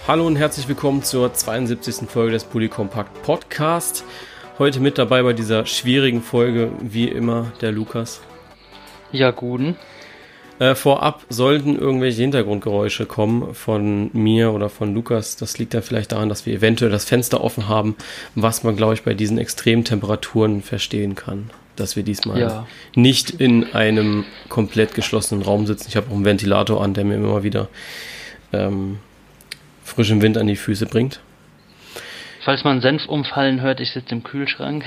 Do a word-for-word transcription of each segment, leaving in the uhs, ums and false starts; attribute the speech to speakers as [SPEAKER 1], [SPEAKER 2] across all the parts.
[SPEAKER 1] Hallo und herzlich willkommen zur zweiundsiebzigsten Folge des Polykompakt Podcast. Heute mit dabei bei dieser schwierigen Folge, wie immer, der Lukas.
[SPEAKER 2] Ja, guten.
[SPEAKER 1] Äh, vorab sollten irgendwelche Hintergrundgeräusche kommen von mir oder von Lukas. Das liegt dann vielleicht daran, dass wir eventuell das Fenster offen haben, was man, glaube ich, bei diesen extremen Temperaturen verstehen kann. Dass wir diesmal ja. nicht in einem komplett geschlossenen Raum sitzen. Ich habe auch einen Ventilator an, der mir immer wieder ähm, frischen Wind an die Füße bringt.
[SPEAKER 2] Falls man Senf umfallen hört, ich sitze im Kühlschrank.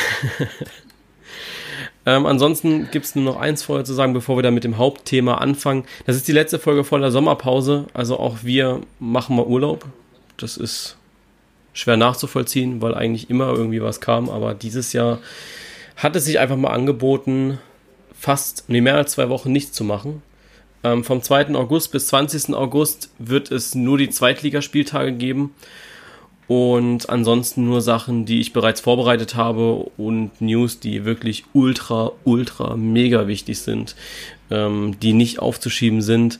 [SPEAKER 1] ähm, ansonsten gibt es nur noch eins vorher zu sagen, bevor wir dann mit dem Hauptthema anfangen. Das ist die letzte Folge vor der Sommerpause. Also auch wir machen mal Urlaub. Das ist schwer nachzuvollziehen, weil eigentlich immer irgendwie was kam. Aber dieses Jahr hat es sich einfach mal angeboten, fast, nee, mehr als zwei Wochen nichts zu machen. Ähm, vom zweiten August bis zwanzigsten August wird es nur die Zweitligaspieltage geben und ansonsten nur Sachen, die ich bereits vorbereitet habe und News, die wirklich ultra, ultra, mega wichtig sind, ähm, die nicht aufzuschieben sind.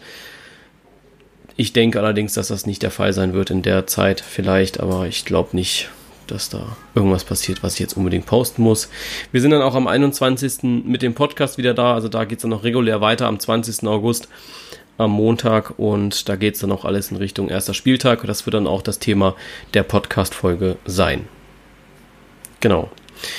[SPEAKER 1] Ich denke allerdings, dass das nicht der Fall sein wird in der Zeit vielleicht, aber ich glaube nicht, dass da irgendwas passiert, was ich jetzt unbedingt posten muss. Wir sind dann auch am einundzwanzigsten mit dem Podcast wieder da, also da geht es dann noch regulär weiter am zwanzigsten August, am Montag, und da geht es dann auch alles in Richtung erster Spieltag. Das wird dann auch das Thema der Podcast-Folge sein. Genau.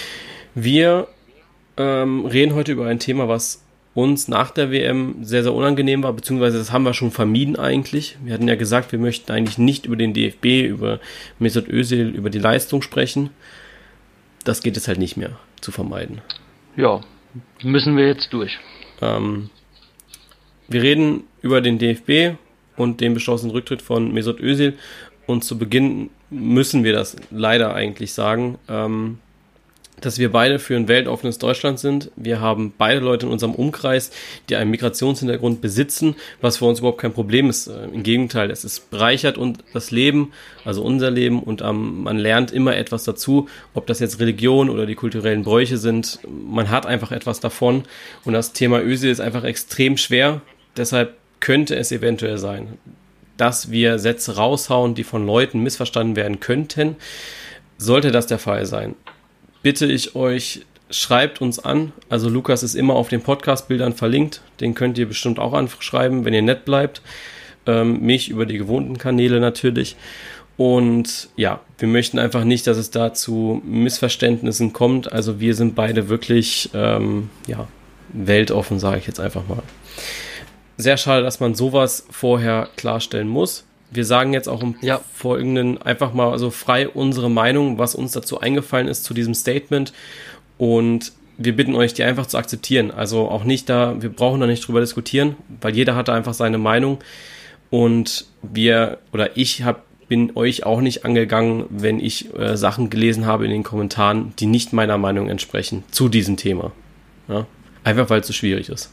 [SPEAKER 1] Wir ähm, reden heute über ein Thema, was uns nach der W M sehr, sehr unangenehm war, beziehungsweise das haben wir schon vermieden eigentlich. Wir hatten ja gesagt, wir möchten eigentlich nicht über den D F B, über Mesut Özil, über die Leistung sprechen. Das geht jetzt halt nicht mehr zu vermeiden.
[SPEAKER 2] Ja, müssen wir jetzt durch.
[SPEAKER 1] Ähm, wir reden über den D F B und den beschlossenen Rücktritt von Mesut Özil, und zu Beginn müssen wir das leider eigentlich sagen, ähm, dass wir beide für ein weltoffenes Deutschland sind. Wir haben beide Leute in unserem Umkreis, die einen Migrationshintergrund besitzen, was für uns überhaupt kein Problem ist. Im Gegenteil, es ist bereichert und das Leben, also unser Leben, und ähm, man lernt immer etwas dazu, ob das jetzt Religion oder die kulturellen Bräuche sind. Man hat einfach etwas davon, und das Thema Özil ist einfach extrem schwer. Deshalb könnte es eventuell sein, dass wir Sätze raushauen, die von Leuten missverstanden werden könnten. Sollte das der Fall sein, bitte ich euch, schreibt uns an. Also Lukas ist immer auf den Podcast-Bildern verlinkt. Den könnt ihr bestimmt auch anschreiben, wenn ihr nett bleibt. Ähm, mich über die gewohnten Kanäle natürlich. Und ja, wir möchten einfach nicht, dass es da zu Missverständnissen kommt. Also wir sind beide wirklich ähm, ja, weltoffen, sage ich jetzt einfach mal. Sehr schade, dass man sowas vorher klarstellen muss. Wir sagen jetzt auch im ja. Folgenden einfach mal so frei unsere Meinung, was uns dazu eingefallen ist zu diesem Statement, und wir bitten euch, die einfach zu akzeptieren. Also auch nicht da, wir brauchen da nicht drüber diskutieren, weil jeder hat da einfach seine Meinung, und wir oder ich hab, bin euch auch nicht angegangen, wenn ich äh, Sachen gelesen habe in den Kommentaren, die nicht meiner Meinung entsprechen zu diesem Thema. Ja? Einfach weil es so schwierig ist.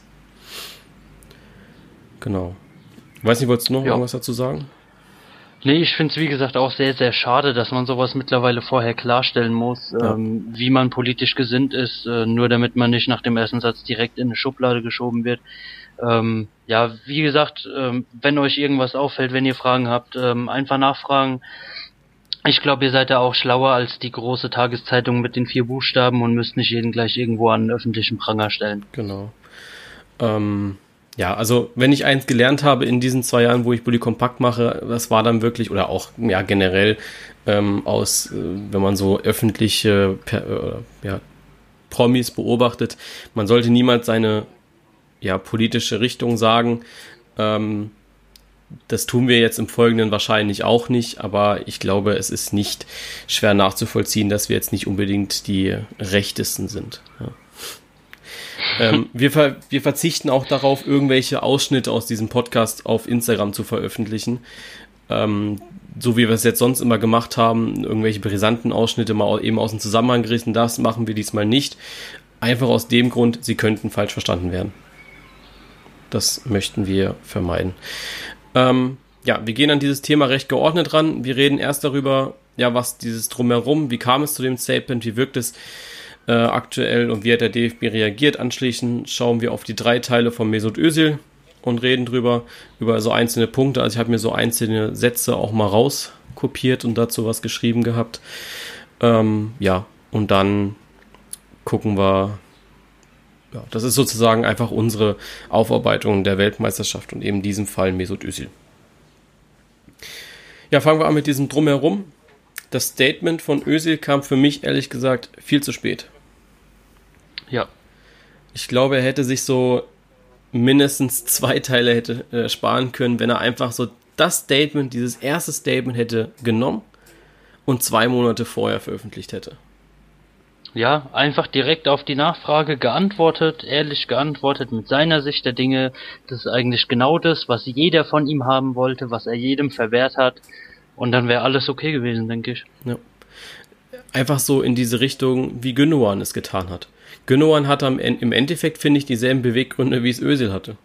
[SPEAKER 1] Genau. Weiß nicht, wolltest du noch ja. irgendwas dazu sagen?
[SPEAKER 2] Nee, ich finde es wie gesagt auch sehr, sehr schade, dass man sowas mittlerweile vorher klarstellen muss, ja. ähm, wie man politisch gesinnt ist, äh, nur damit man nicht nach dem ersten Satz direkt in eine Schublade geschoben wird. Ähm, ja, wie gesagt, ähm, wenn euch irgendwas auffällt, wenn ihr Fragen habt, ähm, einfach nachfragen. Ich glaube, ihr seid da auch schlauer als die große Tageszeitung mit den vier Buchstaben und müsst nicht jeden gleich irgendwo an einen öffentlichen Pranger stellen.
[SPEAKER 1] Genau. Ähm... Ja, also wenn ich eins gelernt habe in diesen zwei Jahren, wo ich Polykompakt mache, das war dann wirklich, oder auch ja generell ähm, aus, äh, wenn man so öffentliche per, äh, ja, Promis beobachtet, man sollte niemals seine ja, politische Richtung sagen. Ähm, das tun wir jetzt im Folgenden wahrscheinlich auch nicht, aber ich glaube, es ist nicht schwer nachzuvollziehen, dass wir jetzt nicht unbedingt die Rechtesten sind. Ja. ähm, wir, ver- wir verzichten auch darauf, irgendwelche Ausschnitte aus diesem Podcast auf Instagram zu veröffentlichen. Ähm, so wie wir es jetzt sonst immer gemacht haben, irgendwelche brisanten Ausschnitte mal eben aus dem Zusammenhang gerissen, das machen wir diesmal nicht. Einfach aus dem Grund, sie könnten falsch verstanden werden. Das möchten wir vermeiden. Ähm, ja, wir gehen an dieses Thema recht geordnet ran. Wir reden erst darüber, ja, was dieses Drumherum, wie kam es zu dem Statement, wie wirkt es äh, aktuell und wie hat der D F B reagiert. Anschließend schauen wir auf die drei Teile von Mesut Özil und reden drüber, über so einzelne Punkte. Also ich habe mir so einzelne Sätze auch mal rauskopiert und dazu was geschrieben gehabt. Ähm, ja, und dann gucken wir, ja, das ist sozusagen einfach unsere Aufarbeitung der Weltmeisterschaft und eben in diesem Fall Mesut Özil. Ja, fangen wir an mit diesem Drumherum. Das Statement von Özil kam für mich ehrlich gesagt viel zu spät.
[SPEAKER 2] Ja.
[SPEAKER 1] Ich glaube, er hätte sich so mindestens zwei Teile hätte äh, sparen können, wenn er einfach so das Statement, dieses erste Statement hätte genommen und zwei Monate vorher veröffentlicht hätte.
[SPEAKER 2] Ja, einfach direkt auf die Nachfrage geantwortet, ehrlich geantwortet mit seiner Sicht der Dinge. Das ist eigentlich genau das, was jeder von ihm haben wollte, was er jedem verwehrt hat. Und dann wäre alles okay gewesen, denke ich.
[SPEAKER 1] Ja. Einfach so in diese Richtung, wie Gündogan es getan hat. Gündogan hatte am, im Endeffekt, finde ich, dieselben Beweggründe, wie es Özil hatte.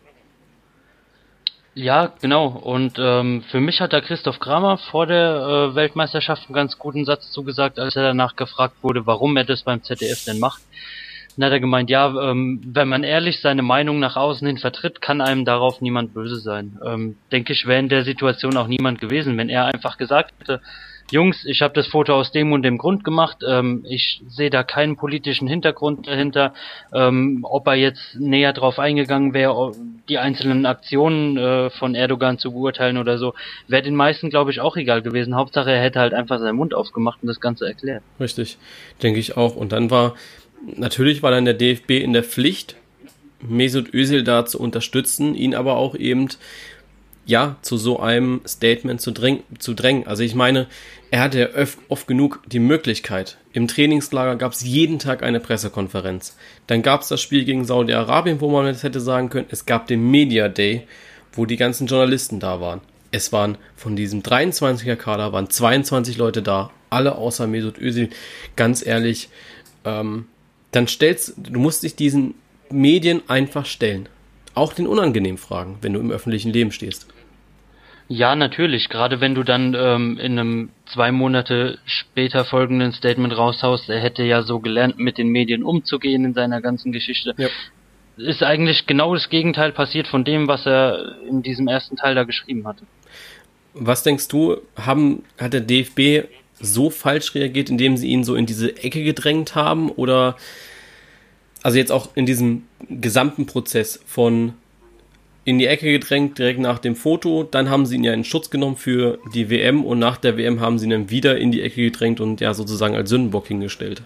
[SPEAKER 2] Ja, genau. Und ähm, für mich hat da Christoph Kramer vor der äh, Weltmeisterschaft einen ganz guten Satz zugesagt, als er danach gefragt wurde, warum er das beim Z D F denn macht. Dann hat er gemeint, ja, ähm, wenn man ehrlich seine Meinung nach außen hin vertritt, kann einem darauf niemand böse sein. Ähm, denke ich, wäre in der Situation auch niemand gewesen, wenn er einfach gesagt hätte, Jungs, ich habe das Foto aus dem und dem Grund gemacht, ähm, ich sehe da keinen politischen Hintergrund dahinter, ähm, ob er jetzt näher drauf eingegangen wäre, die einzelnen Aktionen äh, von Erdogan zu beurteilen oder so, wäre den meisten, glaube ich, auch egal gewesen. Hauptsache, er hätte halt einfach seinen Mund aufgemacht und das Ganze erklärt.
[SPEAKER 1] Richtig, denke ich auch. Und dann war, natürlich war dann der D F B in der Pflicht, Mesut Özil da zu unterstützen, ihn aber auch eben ja, zu so einem Statement zu, dräng, zu drängen. Also ich meine, er hatte ja oft, oft genug die Möglichkeit. Im Trainingslager gab es jeden Tag eine Pressekonferenz. Dann gab es das Spiel gegen Saudi-Arabien, wo man jetzt hätte sagen können, es gab den Media Day, wo die ganzen Journalisten da waren. Es waren von diesem dreiundzwanziger Kader, waren zweiundzwanzig Leute da, alle außer Mesut Özil. Ganz ehrlich, ähm, dann stellst, du musst dich diesen Medien einfach stellen. Auch den unangenehmen Fragen, wenn du im öffentlichen Leben stehst.
[SPEAKER 2] Ja, natürlich. Gerade wenn du dann ähm, in einem zwei Monate später folgenden Statement raushaust, er hätte ja so gelernt, mit den Medien umzugehen in seiner ganzen Geschichte. Ja. Ist eigentlich genau das Gegenteil passiert von dem, was er in diesem ersten Teil da geschrieben hatte.
[SPEAKER 1] Was denkst du, haben, hat der D F B so falsch reagiert, indem sie ihn so in diese Ecke gedrängt haben? Oder, also jetzt auch in diesem gesamten Prozess von in die Ecke gedrängt, direkt nach dem Foto, dann haben sie ihn ja in Schutz genommen für die W M und nach der W M haben sie ihn dann wieder in die Ecke gedrängt und ja sozusagen als Sündenbock hingestellt.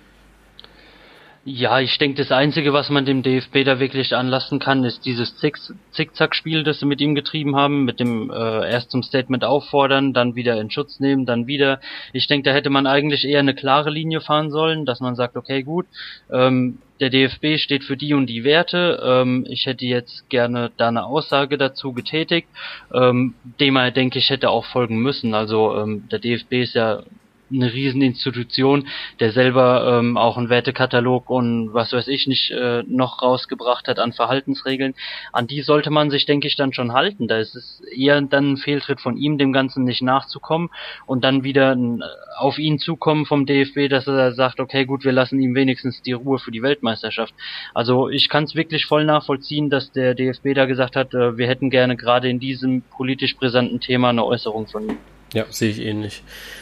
[SPEAKER 2] Ja, ich denke, das Einzige, was man dem D F B da wirklich anlassen kann, ist dieses Zickzack-Spiel, das sie mit ihm getrieben haben, mit dem äh, erst zum Statement auffordern, dann wieder in Schutz nehmen, dann wieder. Ich denke, da hätte man eigentlich eher eine klare Linie fahren sollen, dass man sagt, okay, gut, ähm, der D F B steht für die und die Werte, ähm, ich hätte jetzt gerne da eine Aussage dazu getätigt, ähm, dem er, denke ich, hätte auch folgen müssen. Also ähm, der D F B ist ja eine Rieseninstitution, der selber ähm, auch einen Wertekatalog und was weiß ich nicht äh, noch rausgebracht hat an Verhaltensregeln. An die sollte man sich, denke ich, dann schon halten. Da ist es eher dann ein Fehltritt von ihm, dem Ganzen nicht nachzukommen und dann wieder äh, auf ihn zukommen vom D F B, dass er sagt, okay, gut, wir lassen ihm wenigstens die Ruhe für die Weltmeisterschaft. Also ich kann es wirklich voll nachvollziehen, dass der D F B da gesagt hat, äh, wir hätten gerne gerade in diesem politisch brisanten Thema eine Äußerung von ihm.
[SPEAKER 1] Ja, sehe ich ähnlich.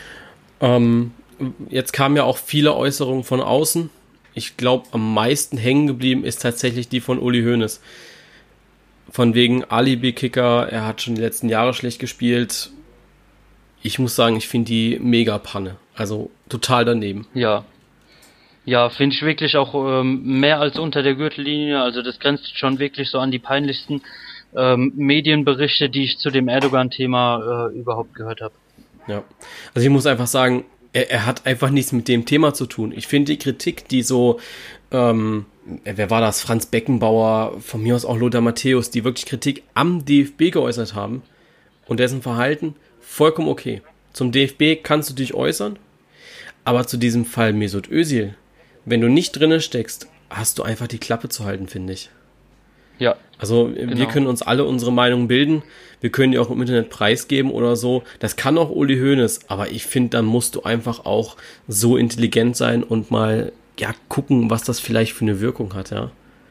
[SPEAKER 1] Ähm, jetzt kamen ja auch viele Äußerungen von außen. Ich glaube, am meisten hängen geblieben ist tatsächlich die von Uli Hoeneß. Von wegen Alibi-Kicker, er hat schon die letzten Jahre schlecht gespielt. Ich muss sagen, ich finde die mega Panne. Also total daneben.
[SPEAKER 2] Ja. Ja, finde ich wirklich auch ähm, mehr als unter der Gürtellinie. Also das grenzt schon wirklich so an die peinlichsten ähm, Medienberichte, die ich zu dem Erdogan-Thema äh, überhaupt gehört habe.
[SPEAKER 1] Ja, also ich muss einfach sagen, er, er hat einfach nichts mit dem Thema zu tun. Ich finde die Kritik, die so, ähm, wer war das, Franz Beckenbauer, von mir aus auch Lothar Matthäus, die wirklich Kritik am D F B geäußert haben und dessen Verhalten, vollkommen okay. Zum D F B kannst du dich äußern, aber zu diesem Fall Mesut Özil, wenn du nicht drinne steckst, hast du einfach die Klappe zu halten, finde ich.
[SPEAKER 2] Ja.
[SPEAKER 1] Also genau. Wir können uns alle unsere Meinung bilden, wir können die auch im Internet preisgeben oder so, das kann auch Uli Hoeneß, aber ich finde, dann musst du einfach auch so intelligent sein und mal ja gucken, was das vielleicht für eine Wirkung hat, ja.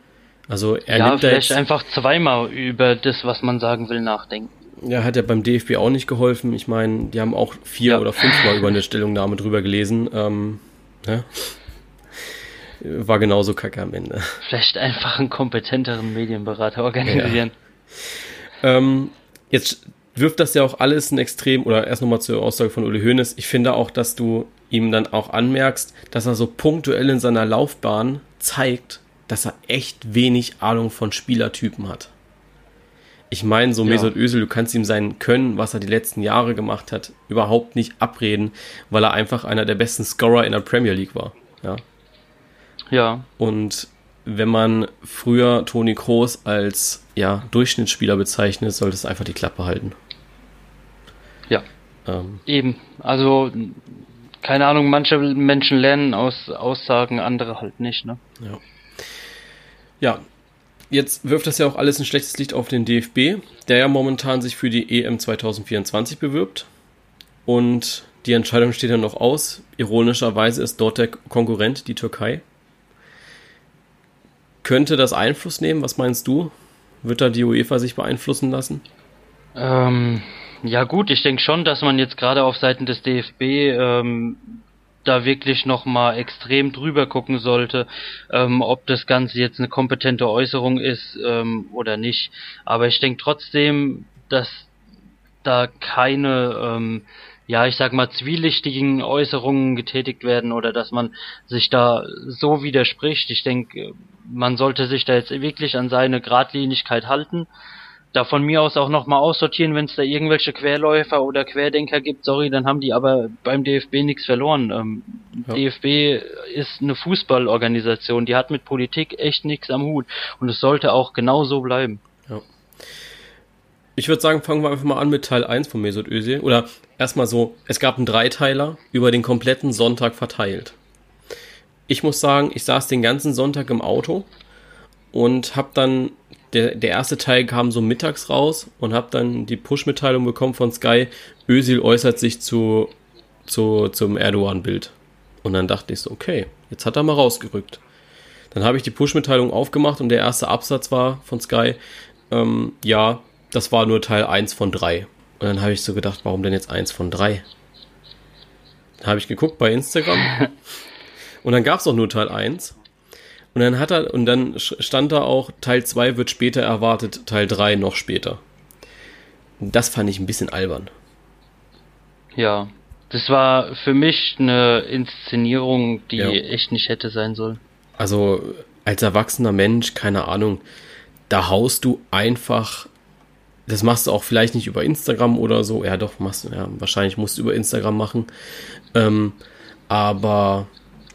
[SPEAKER 1] Also er
[SPEAKER 2] ja,
[SPEAKER 1] nimmt da
[SPEAKER 2] vielleicht
[SPEAKER 1] jetzt,
[SPEAKER 2] einfach zweimal über das, was man sagen will, nachdenken.
[SPEAKER 1] ja, hat ja beim D F B auch nicht geholfen. Ich meine, die haben auch vier
[SPEAKER 2] Ja.
[SPEAKER 1] oder fünfmal über eine Stellungnahme drüber gelesen. Ähm, ja. War genauso kacke am Ende.
[SPEAKER 2] Vielleicht einfach einen kompetenteren Medienberater organisieren.
[SPEAKER 1] Ja. Ähm, jetzt wirft das ja auch alles ein Extrem, oder erst nochmal zur Aussage von Uli Hoeneß. Ich finde auch, dass du ihm dann auch anmerkst, dass er so punktuell in seiner Laufbahn zeigt, dass er echt wenig Ahnung von Spielertypen hat. Ich meine, so
[SPEAKER 2] Ja.
[SPEAKER 1] Mesut Özil, du kannst ihm sein Können, was er die letzten Jahre gemacht hat, überhaupt nicht abreden, weil er einfach einer der besten Scorer in der Premier League war. Ja.
[SPEAKER 2] Ja,
[SPEAKER 1] Und wenn man früher Toni Kroos als ja, Durchschnittsspieler bezeichnet, sollte es einfach die Klappe halten.
[SPEAKER 2] ja,
[SPEAKER 1] Ähm,
[SPEAKER 2] eben. Also, keine Ahnung, manche Menschen lernen aus Aussagen, andere halt nicht, ne?
[SPEAKER 1] ja. ja, jetzt wirft das ja auch alles ein schlechtes Licht auf den D F B, der ja momentan sich für die E M zwanzig vierundzwanzig bewirbt. Und die Entscheidung steht ja noch aus. Ironischerweise ist dort der Konkurrent die Türkei. Könnte das Einfluss nehmen? Was meinst du? Wird da die UEFA sich beeinflussen lassen?
[SPEAKER 2] Ähm, ja gut, ich denke schon, dass man jetzt gerade auf Seiten des D F B ähm, da wirklich nochmal extrem drüber gucken sollte, ähm, ob das Ganze jetzt eine kompetente Äußerung ist ähm, oder nicht. Aber ich denke trotzdem, dass da keine, ähm, ja, ich sag mal, zwielichtigen Äußerungen getätigt werden oder dass man sich da so widerspricht. Ich denke, man sollte sich da jetzt wirklich an seine Gradlinigkeit halten. Da von mir aus auch nochmal aussortieren, wenn es da irgendwelche Querläufer oder Querdenker gibt, sorry, dann haben die aber beim D F B nichts verloren. Ähm,
[SPEAKER 1] Ja.
[SPEAKER 2] D F B ist eine Fußballorganisation, die hat mit Politik echt nichts am Hut und es sollte auch genau so bleiben.
[SPEAKER 1] Ja. Ich würde sagen, fangen wir einfach mal an mit Teil eins von Mesut Özil. Oder erstmal so, es gab einen Dreiteiler über den kompletten Sonntag verteilt. Ich muss sagen, ich saß den ganzen Sonntag im Auto und habe dann, der, der erste Teil kam so mittags raus und habe dann die Push-Mitteilung bekommen von Sky, Özil äußert sich zu, zu, zum Erdogan-Bild. Und dann dachte ich so, okay, jetzt hat er mal rausgerückt. Dann habe ich die Push-Mitteilung aufgemacht und der erste Absatz war von Sky, ähm, ja, das war nur Teil eins von drei. Und dann habe ich so gedacht, warum denn jetzt eins von drei? Dann habe ich geguckt bei Instagram und dann gab es auch nur Teil eins. Und dann hat er, und dann stand da auch, Teil zwei wird später erwartet, Teil drei noch später. Das fand ich ein bisschen albern.
[SPEAKER 2] Ja, das war für mich eine Inszenierung, die
[SPEAKER 1] Ja.
[SPEAKER 2] echt nicht hätte sein sollen.
[SPEAKER 1] Also als erwachsener Mensch, keine Ahnung, da haust du einfach, das machst du auch vielleicht nicht über Instagram oder so, ja doch, machst du, ja, wahrscheinlich musst du über Instagram machen, ähm, aber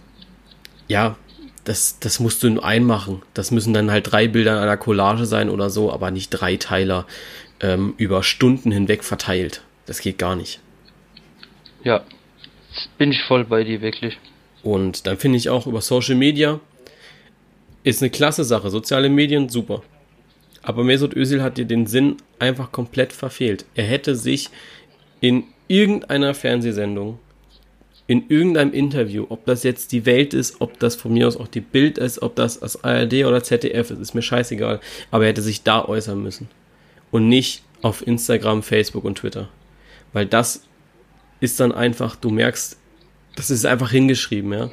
[SPEAKER 1] ja, das, das musst du nur einmachen. Das müssen dann halt drei Bilder in einer Collage sein oder so, aber nicht drei Teiler ähm, über Stunden hinweg verteilt. Das geht gar nicht.
[SPEAKER 2] Ja, jetzt bin ich voll bei dir, wirklich.
[SPEAKER 1] Und dann finde ich auch über Social Media ist eine klasse Sache. Soziale Medien, super. Aber Mesut Özil hat dir den Sinn einfach komplett verfehlt. Er hätte sich in irgendeiner Fernsehsendung, in irgendeinem Interview, ob das jetzt die Welt ist, ob das von mir aus auch die Bild ist, ob das das A R D oder Z D F ist, ist mir scheißegal. Aber er hätte sich da äußern müssen. Und nicht auf Instagram, Facebook und Twitter. Weil das ist dann einfach, du merkst, das ist einfach hingeschrieben, ja.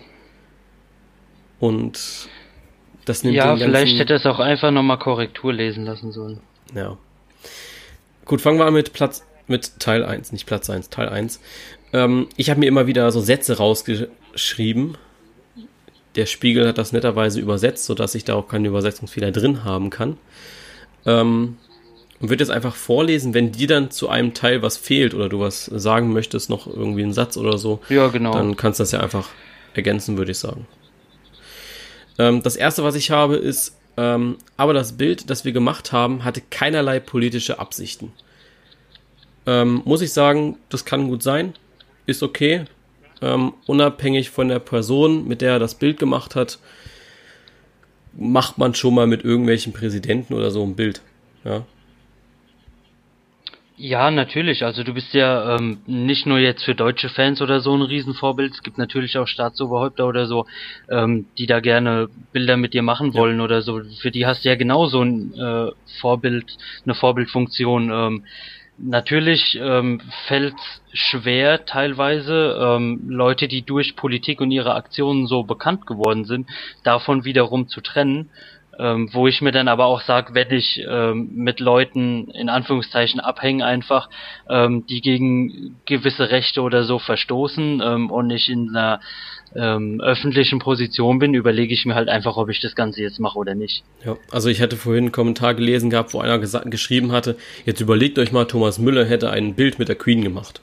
[SPEAKER 1] Und das nimmt
[SPEAKER 2] Ja,
[SPEAKER 1] den ganzen,
[SPEAKER 2] vielleicht hätte er es auch einfach nochmal Korrektur lesen lassen sollen.
[SPEAKER 1] ja. Gut, fangen wir an mit Platz, mit Teil eins, nicht Platz eins, Teil eins. Ähm, ich habe mir immer wieder so Sätze rausgeschrieben. Der Spiegel hat das netterweise übersetzt, sodass ich da auch keinen Übersetzungsfehler drin haben kann. Ähm, und würde jetzt einfach vorlesen, wenn dir dann zu einem Teil was fehlt oder du was sagen möchtest, noch irgendwie einen Satz oder so,
[SPEAKER 2] Ja, genau.
[SPEAKER 1] dann kannst du das ja einfach ergänzen, würde ich sagen. Ähm, das erste, was ich habe, ist, ähm, aber das Bild, das wir gemacht haben, hatte keinerlei politische Absichten. Ähm, muss ich sagen, das kann gut sein, ist okay, ähm, unabhängig von der Person, mit der er das Bild gemacht hat, macht man schon mal mit irgendwelchen Präsidenten oder so ein Bild, ja.
[SPEAKER 2] Ja, natürlich. Also du bist ja ähm, nicht nur jetzt für deutsche Fans oder so ein Riesenvorbild. Es gibt natürlich auch Staatsoberhäupter oder so, ähm, die da gerne Bilder mit dir machen
[SPEAKER 1] Ja.
[SPEAKER 2] wollen oder so. Für die hast du ja genauso ein äh, Vorbild, eine Vorbildfunktion. Ähm, natürlich ähm, fällt schwer teilweise ähm, Leute, die durch Politik und ihre Aktionen so bekannt geworden sind, davon wiederum zu trennen. Ähm, wo ich mir dann aber auch sage, wenn ich ähm, mit Leuten in Anführungszeichen abhängen einfach, ähm, die gegen gewisse Rechte oder so verstoßen ähm, und ich in einer ähm, öffentlichen Position bin, überlege ich mir halt einfach, ob ich das Ganze jetzt mache oder nicht.
[SPEAKER 1] Ja, also ich hatte vorhin einen Kommentar gelesen gehabt, wo einer gesa- geschrieben hatte, jetzt überlegt euch mal, Thomas Müller hätte ein Bild mit der Queen gemacht.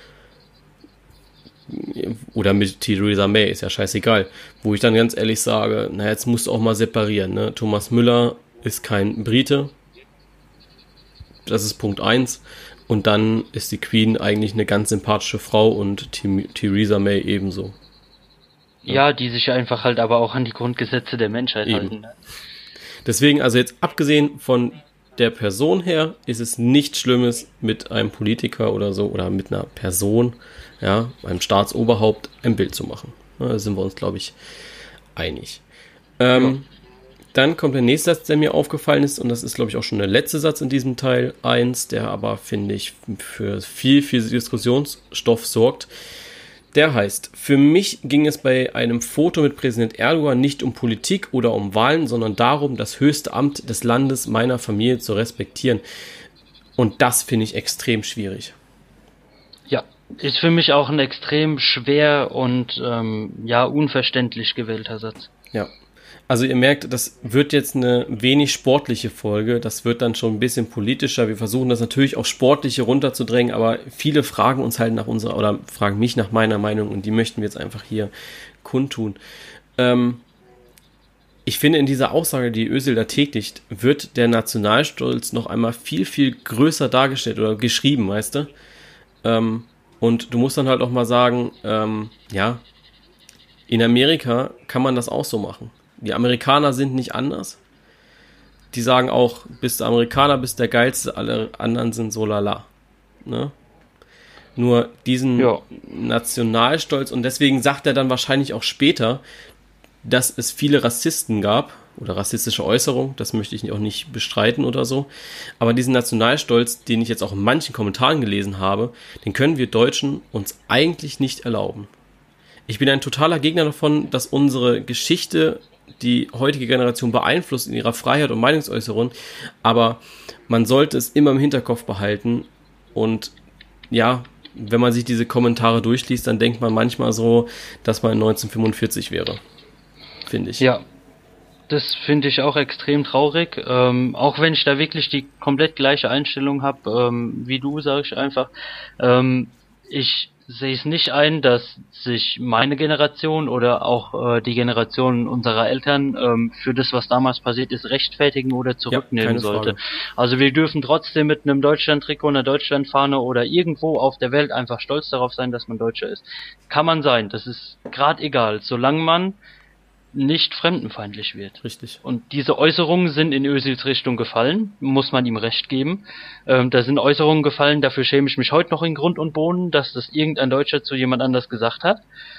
[SPEAKER 1] Oder mit Theresa May, ist ja scheißegal. Wo ich dann ganz ehrlich sage, na jetzt musst du auch mal separieren. Ne? Thomas Müller ist kein Brite. Das ist Punkt eins. Und dann ist die Queen eigentlich eine ganz sympathische Frau und T- Theresa May ebenso.
[SPEAKER 2] Ja. ja, die sich einfach halt aber auch an die Grundgesetze der Menschheit
[SPEAKER 1] Eben.
[SPEAKER 2] halten. Ne?
[SPEAKER 1] Deswegen, also jetzt abgesehen von der Person her, ist es nichts Schlimmes, mit einem Politiker oder so oder mit einer Person, ja, einem Staatsoberhaupt ein Bild zu machen. Da sind wir uns, glaube ich, einig. Ähm, ja. Dann kommt der nächste Satz, der mir aufgefallen ist, und das ist, glaube ich, auch schon der letzte Satz in diesem Teil eins, der aber, finde ich, für viel, viel Diskussionsstoff sorgt. Der heißt, für mich ging es bei einem Foto mit Präsident Erdogan nicht um Politik oder um Wahlen, sondern darum, das höchste Amt des Landes meiner Familie zu respektieren. Und das finde ich extrem schwierig.
[SPEAKER 2] Ja, ist für mich auch ein extrem schwer und ähm, ja unverständlich gewählter Satz.
[SPEAKER 1] Ja. Also ihr merkt, das wird jetzt eine wenig sportliche Folge, das wird dann schon ein bisschen politischer. Wir versuchen das natürlich auch sportliche runterzudrängen, aber viele fragen uns halt nach unserer, oder fragen mich nach meiner Meinung und die möchten wir jetzt einfach hier kundtun. Ähm, ich finde, in dieser Aussage, die Özil da tätigt, wird der Nationalstolz noch einmal viel, viel größer dargestellt oder geschrieben, weißt du? Ähm, und du musst dann halt auch mal sagen, ähm, ja, in Amerika kann man das auch so machen. Die Amerikaner sind nicht anders. Die sagen auch, bist du Amerikaner, bist der Geilste, alle anderen sind so lala. Ne? Nur diesen ja. Nationalstolz, und deswegen sagt er dann wahrscheinlich auch später, dass es viele Rassisten gab, oder rassistische Äußerungen, das möchte ich auch nicht bestreiten oder so, aber diesen Nationalstolz, den ich jetzt auch in manchen Kommentaren gelesen habe, den können wir Deutschen uns eigentlich nicht erlauben. Ich bin ein totaler Gegner davon, dass unsere Geschichte die heutige Generation beeinflusst in ihrer Freiheit und Meinungsäußerung, aber man sollte es immer im Hinterkopf behalten und ja, wenn man sich diese Kommentare durchliest, dann denkt man manchmal so, dass man in neunzehnhundertfünfundvierzig wäre, finde ich.
[SPEAKER 2] Ja, das finde ich auch extrem traurig, ähm, auch wenn ich da wirklich die komplett gleiche Einstellung habe, ähm, wie du, sage ich einfach, ähm, ich sehe es nicht ein, dass sich meine Generation oder auch äh, die Generation unserer Eltern ähm, für das, was damals passiert ist, rechtfertigen oder zurücknehmen ja, sollte. Frage. Also wir dürfen trotzdem mit einem Deutschland-Trikot, einer Deutschlandfahne oder irgendwo auf der Welt einfach stolz darauf sein, dass man Deutscher ist. Kann man sein, das ist gerade egal, solange man nicht fremdenfeindlich wird.
[SPEAKER 1] Richtig.
[SPEAKER 2] Und diese Äußerungen sind in Özils Richtung gefallen, muss man ihm recht geben. Ähm, da sind Äußerungen gefallen, dafür schäme ich mich heute noch in Grund und Boden, dass das irgendein Deutscher zu jemand anders gesagt hat.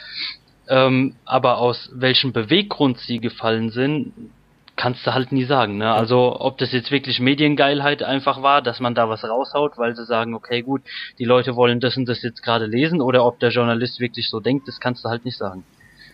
[SPEAKER 2] Ähm, aber aus welchem Beweggrund sie gefallen sind, kannst du halt nie sagen. Ne? Also ob das jetzt wirklich Mediengeilheit einfach war, dass man da was raushaut, weil sie sagen, okay gut, die Leute wollen das und das jetzt gerade lesen, oder ob der Journalist wirklich so denkt, das kannst du halt nicht sagen.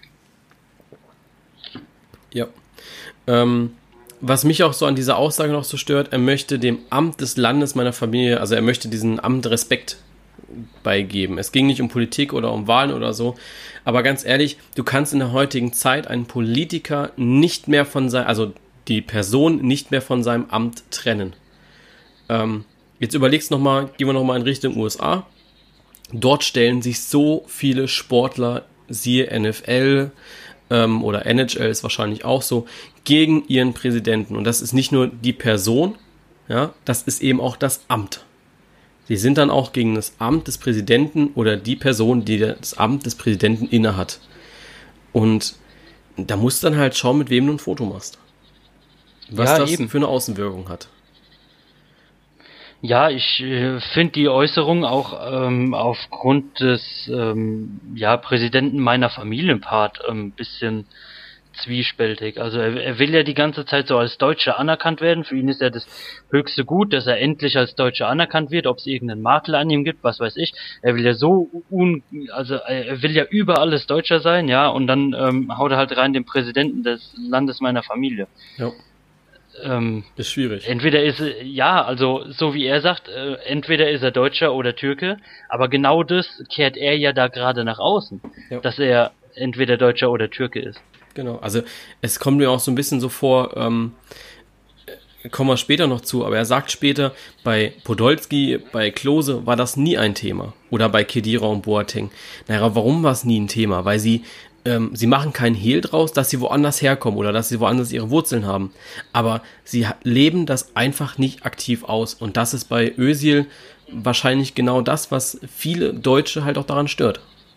[SPEAKER 1] Ja. Ähm, was mich auch so an dieser Aussage noch so stört, er möchte dem Amt des Landes meiner Familie, also er möchte diesem Amt Respekt beigeben. Es ging nicht um Politik oder um Wahlen oder so, aber ganz ehrlich, du kannst in der heutigen Zeit einen Politiker nicht mehr von seinem, also die Person nicht mehr von seinem Amt trennen. Ähm, jetzt überlegst nochmal, gehen wir nochmal in Richtung U S A. Dort stellen sich so viele Sportler, siehe N F L, oder N H L ist wahrscheinlich auch so, gegen ihren Präsidenten. Und das ist nicht nur die Person, ja, das ist eben auch das Amt. Sie sind dann auch gegen das Amt des Präsidenten oder die Person, die das Amt des Präsidenten innehat. Und da musst du dann halt schauen, mit wem du ein Foto machst. Was ja, das eben für eine Außenwirkung hat.
[SPEAKER 2] Ja, ich äh, finde die Äußerung auch ähm, aufgrund des ähm, ja, Präsidenten meiner Familienpart ein ähm, bisschen zwiespältig. Also er, er will ja die ganze Zeit so als Deutscher anerkannt werden. Für ihn ist ja das höchste Gut, dass er endlich als Deutscher anerkannt wird, ob es irgendeinen Makel an ihm gibt, was weiß ich. Er will ja so un, also er will ja über alles Deutscher sein, ja, und dann ähm, haut er halt rein den Präsidenten des Landes meiner Familie.
[SPEAKER 1] Ja.
[SPEAKER 2] Ähm,
[SPEAKER 1] ist schwierig.
[SPEAKER 2] Entweder ist er, ja, also so wie er sagt, äh, entweder ist er Deutscher oder Türke, aber genau das kehrt er ja da gerade nach außen, ja. dass er entweder Deutscher oder Türke ist.
[SPEAKER 1] Genau, also es kommt mir auch so ein bisschen so vor, ähm, kommen wir später noch zu, aber er sagt später, bei Podolski, bei Klose war das nie ein Thema. Oder bei Khedira und Boateng. Naja, warum war es nie ein Thema? Weil sie, ähm, sie machen keinen Hehl draus, dass sie woanders herkommen oder dass sie woanders ihre Wurzeln haben. Aber sie leben das einfach nicht aktiv aus. Und das ist bei Özil wahrscheinlich genau das, was viele Deutsche halt auch daran stört.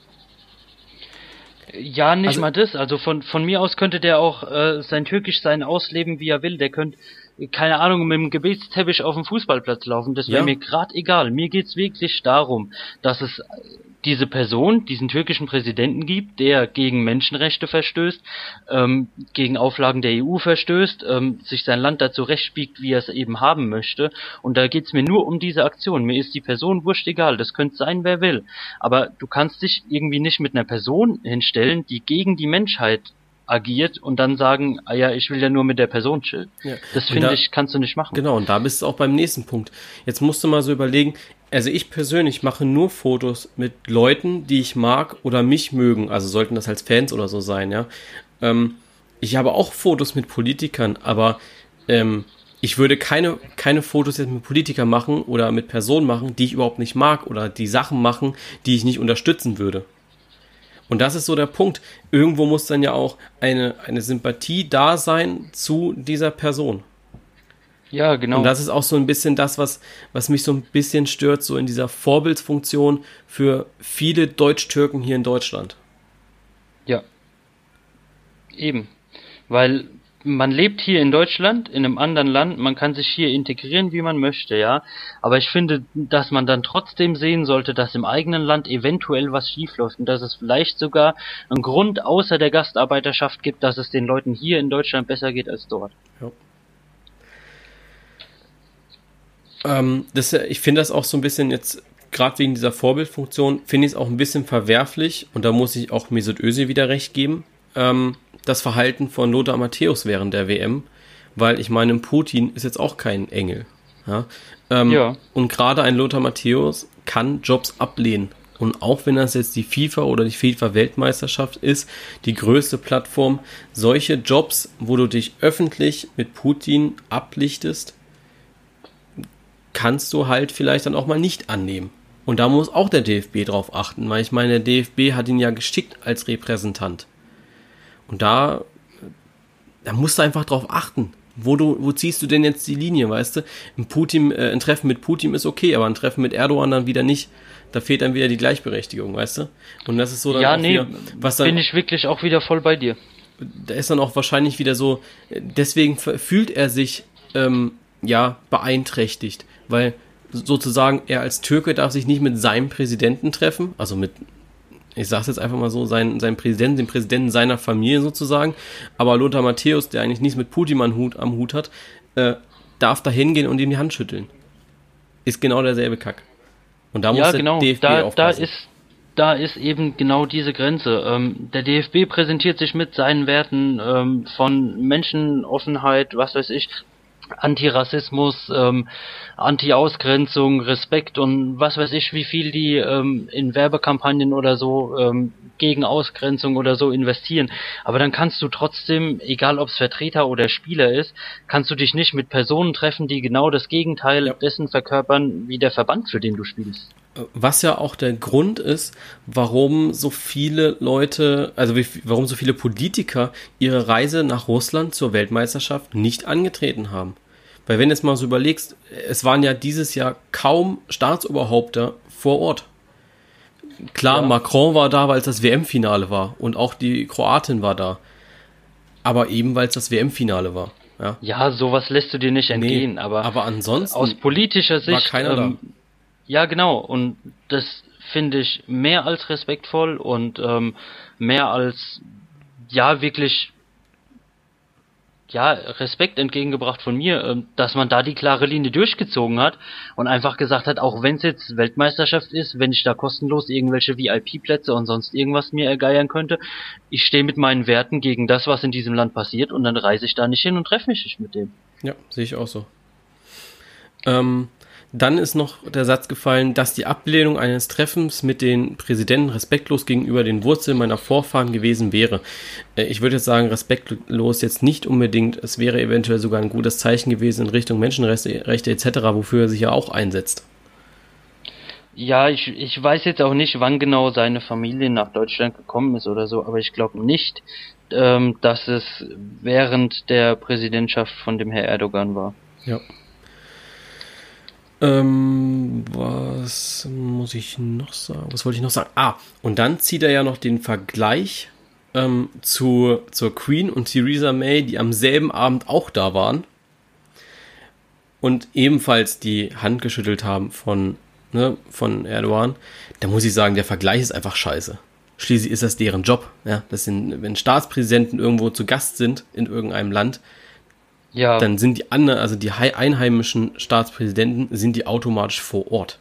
[SPEAKER 2] Ja, nicht
[SPEAKER 1] also,
[SPEAKER 2] mal das. Also von von mir aus könnte der auch äh, sein Türkischsein ausleben, wie er will. Der könnte, keine Ahnung, mit dem Gebetsteppich auf dem Fußballplatz laufen. Das wäre ja. mir gerade egal. Mir geht's wirklich darum, dass es diese Person, diesen türkischen Präsidenten gibt, der gegen Menschenrechte verstößt, ähm, gegen Auflagen der E U verstößt, ähm, sich sein Land dazu rechtbiegt, wie er es eben haben möchte. Und da geht's mir nur um diese Aktion. Mir ist die Person wurscht egal. Das könnte sein, wer will. Aber du kannst dich irgendwie nicht mit einer Person hinstellen, die gegen die Menschheit agiert und dann sagen, ah ja, ich will ja nur mit der Person chillen. Ja. Das finde ich, kannst du nicht machen.
[SPEAKER 1] Genau, und da bist du auch beim nächsten Punkt. Jetzt musst du mal so überlegen, also ich persönlich mache nur Fotos mit Leuten, die ich mag oder mich mögen, also sollten das als Fans oder so sein, ja. Ähm, ich habe auch Fotos mit Politikern, aber ähm, ich würde keine, keine Fotos jetzt mit Politikern machen oder mit Personen machen, die ich überhaupt nicht mag oder die Sachen machen, die ich nicht unterstützen würde. Und das ist so der Punkt. Irgendwo muss dann ja auch eine, eine Sympathie da sein zu dieser Person.
[SPEAKER 2] Ja, genau.
[SPEAKER 1] Und das ist auch so ein bisschen das, was, was mich so ein bisschen stört, so in dieser Vorbildsfunktion für viele Deutsch-Türken hier in Deutschland.
[SPEAKER 2] Ja. Eben. Weil man lebt hier in Deutschland, in einem anderen Land, man kann sich hier integrieren, wie man möchte, ja. Aber ich finde, dass man dann trotzdem sehen sollte, dass im eigenen Land eventuell was schiefläuft und dass es vielleicht sogar einen Grund außer der Gastarbeiterschaft gibt, dass es den Leuten hier in Deutschland besser geht als dort.
[SPEAKER 1] Ja. Ähm, das, ich finde das auch so ein bisschen jetzt, gerade wegen dieser Vorbildfunktion, finde ich es auch ein bisschen verwerflich, und da muss ich auch Mesut Özil wieder recht geben, ähm, das Verhalten von Lothar Matthäus während der W M, weil ich meine, Putin ist jetzt auch kein Engel. Ja? Ähm, ja. Und gerade ein Lothar Matthäus kann Jobs ablehnen. Und auch wenn das jetzt die FIFA oder die FIFA-Weltmeisterschaft ist, die größte Plattform, solche Jobs, wo du dich öffentlich mit Putin ablichtest, kannst du halt vielleicht dann auch mal nicht annehmen. Und da muss auch der D F B drauf achten, weil ich meine, der D F B hat ihn ja geschickt als Repräsentant. Und da, da musst du einfach drauf achten. Wo du, wo ziehst du denn jetzt die Linie, weißt du? Ein Putin, äh, ein Treffen mit Putin ist okay, aber ein Treffen mit Erdogan dann wieder nicht. Da fehlt dann wieder die Gleichberechtigung, weißt du? Und das ist so dann
[SPEAKER 2] ja,
[SPEAKER 1] auch
[SPEAKER 2] nee,
[SPEAKER 1] wieder, was dann,
[SPEAKER 2] bin ich wirklich auch wieder voll bei dir.
[SPEAKER 1] Da ist dann auch wahrscheinlich wieder so, deswegen fühlt er sich, ähm, ja, beeinträchtigt, weil sozusagen er als Türke darf sich nicht mit seinem Präsidenten treffen, also mit, ich sag's jetzt einfach mal so, seinen, seinen Präsidenten, den Präsidenten seiner Familie sozusagen, aber Lothar Matthäus, der eigentlich nichts mit Putin am Hut, am Hut hat, äh, darf da hingehen und ihm die Hand schütteln. Ist genau derselbe Kack. Und da muss
[SPEAKER 2] ja,
[SPEAKER 1] der
[SPEAKER 2] genau.
[SPEAKER 1] D F B
[SPEAKER 2] da,
[SPEAKER 1] aufpassen.
[SPEAKER 2] Da ist, da ist eben genau diese Grenze. Ähm, der D F B präsentiert sich mit seinen Werten ähm, von Menschenoffenheit, was weiß ich, Antirassismus, ähm, Anti-Ausgrenzung, Respekt und was weiß ich, wie viel die ähm, in Werbekampagnen oder so ähm, gegen Ausgrenzung oder so investieren. Aber dann kannst du trotzdem, egal ob es Vertreter oder Spieler ist, kannst du dich nicht mit Personen treffen, die genau das Gegenteil ja. dessen verkörpern, wie der Verband, für den du spielst.
[SPEAKER 1] Was ja auch der Grund ist, warum so viele Leute, also wie, warum so viele Politiker ihre Reise nach Russland zur Weltmeisterschaft nicht angetreten haben. Weil wenn du jetzt mal so überlegst, es waren ja dieses Jahr kaum Staatsoberhäupter vor Ort. Klar, ja. Macron war da, weil es das W M-Finale war, und auch die Kroatin war da. Aber eben, weil es das W M-Finale war. Ja,
[SPEAKER 2] ja, sowas lässt du dir nicht entgehen,
[SPEAKER 1] nee,
[SPEAKER 2] aber,
[SPEAKER 1] aber ansonsten
[SPEAKER 2] aus politischer Sicht,
[SPEAKER 1] war keiner
[SPEAKER 2] ähm,
[SPEAKER 1] da.
[SPEAKER 2] ja genau, und das finde ich mehr als respektvoll und ähm, mehr als, ja, wirklich, ja, Respekt entgegengebracht von mir, ähm, dass man da die klare Linie durchgezogen hat und einfach gesagt hat, auch wenn es jetzt Weltmeisterschaft ist, wenn ich da kostenlos irgendwelche V I P-Plätze und sonst irgendwas mir ergeiern könnte, ich stehe mit meinen Werten gegen das, was in diesem Land passiert, und dann reise ich da nicht hin und treffe mich nicht mit dem.
[SPEAKER 1] Ja, sehe ich auch so. Ähm, dann ist noch der Satz gefallen, dass die Ablehnung eines Treffens mit den Präsidenten respektlos gegenüber den Wurzeln meiner Vorfahren gewesen wäre. Äh, ich würde jetzt sagen, respektlos jetzt nicht unbedingt. Es wäre eventuell sogar ein gutes Zeichen gewesen in Richtung Menschenrechte Rechte et cetera, wofür er sich ja auch einsetzt.
[SPEAKER 2] Ja, ich, ich weiß jetzt auch nicht, wann genau seine Familie nach Deutschland gekommen ist oder so, aber ich glaube nicht, ähm, dass es während der Präsidentschaft von dem Herr Erdogan war.
[SPEAKER 1] Ja. Ähm, was muss ich noch sagen? Was wollte ich noch sagen? Ah, und dann zieht er ja noch den Vergleich ähm, zu, zur Queen und Theresa May, die am selben Abend auch da waren und ebenfalls die Hand geschüttelt haben von, ne, von Erdogan. Da muss ich sagen, der Vergleich ist einfach scheiße. Schließlich ist das deren Job. Ja? Das sind, wenn Staatspräsidenten irgendwo zu Gast sind in irgendeinem Land,
[SPEAKER 2] Ja,
[SPEAKER 1] dann sind die anderen, also die einheimischen Staatspräsidenten, sind die automatisch vor Ort.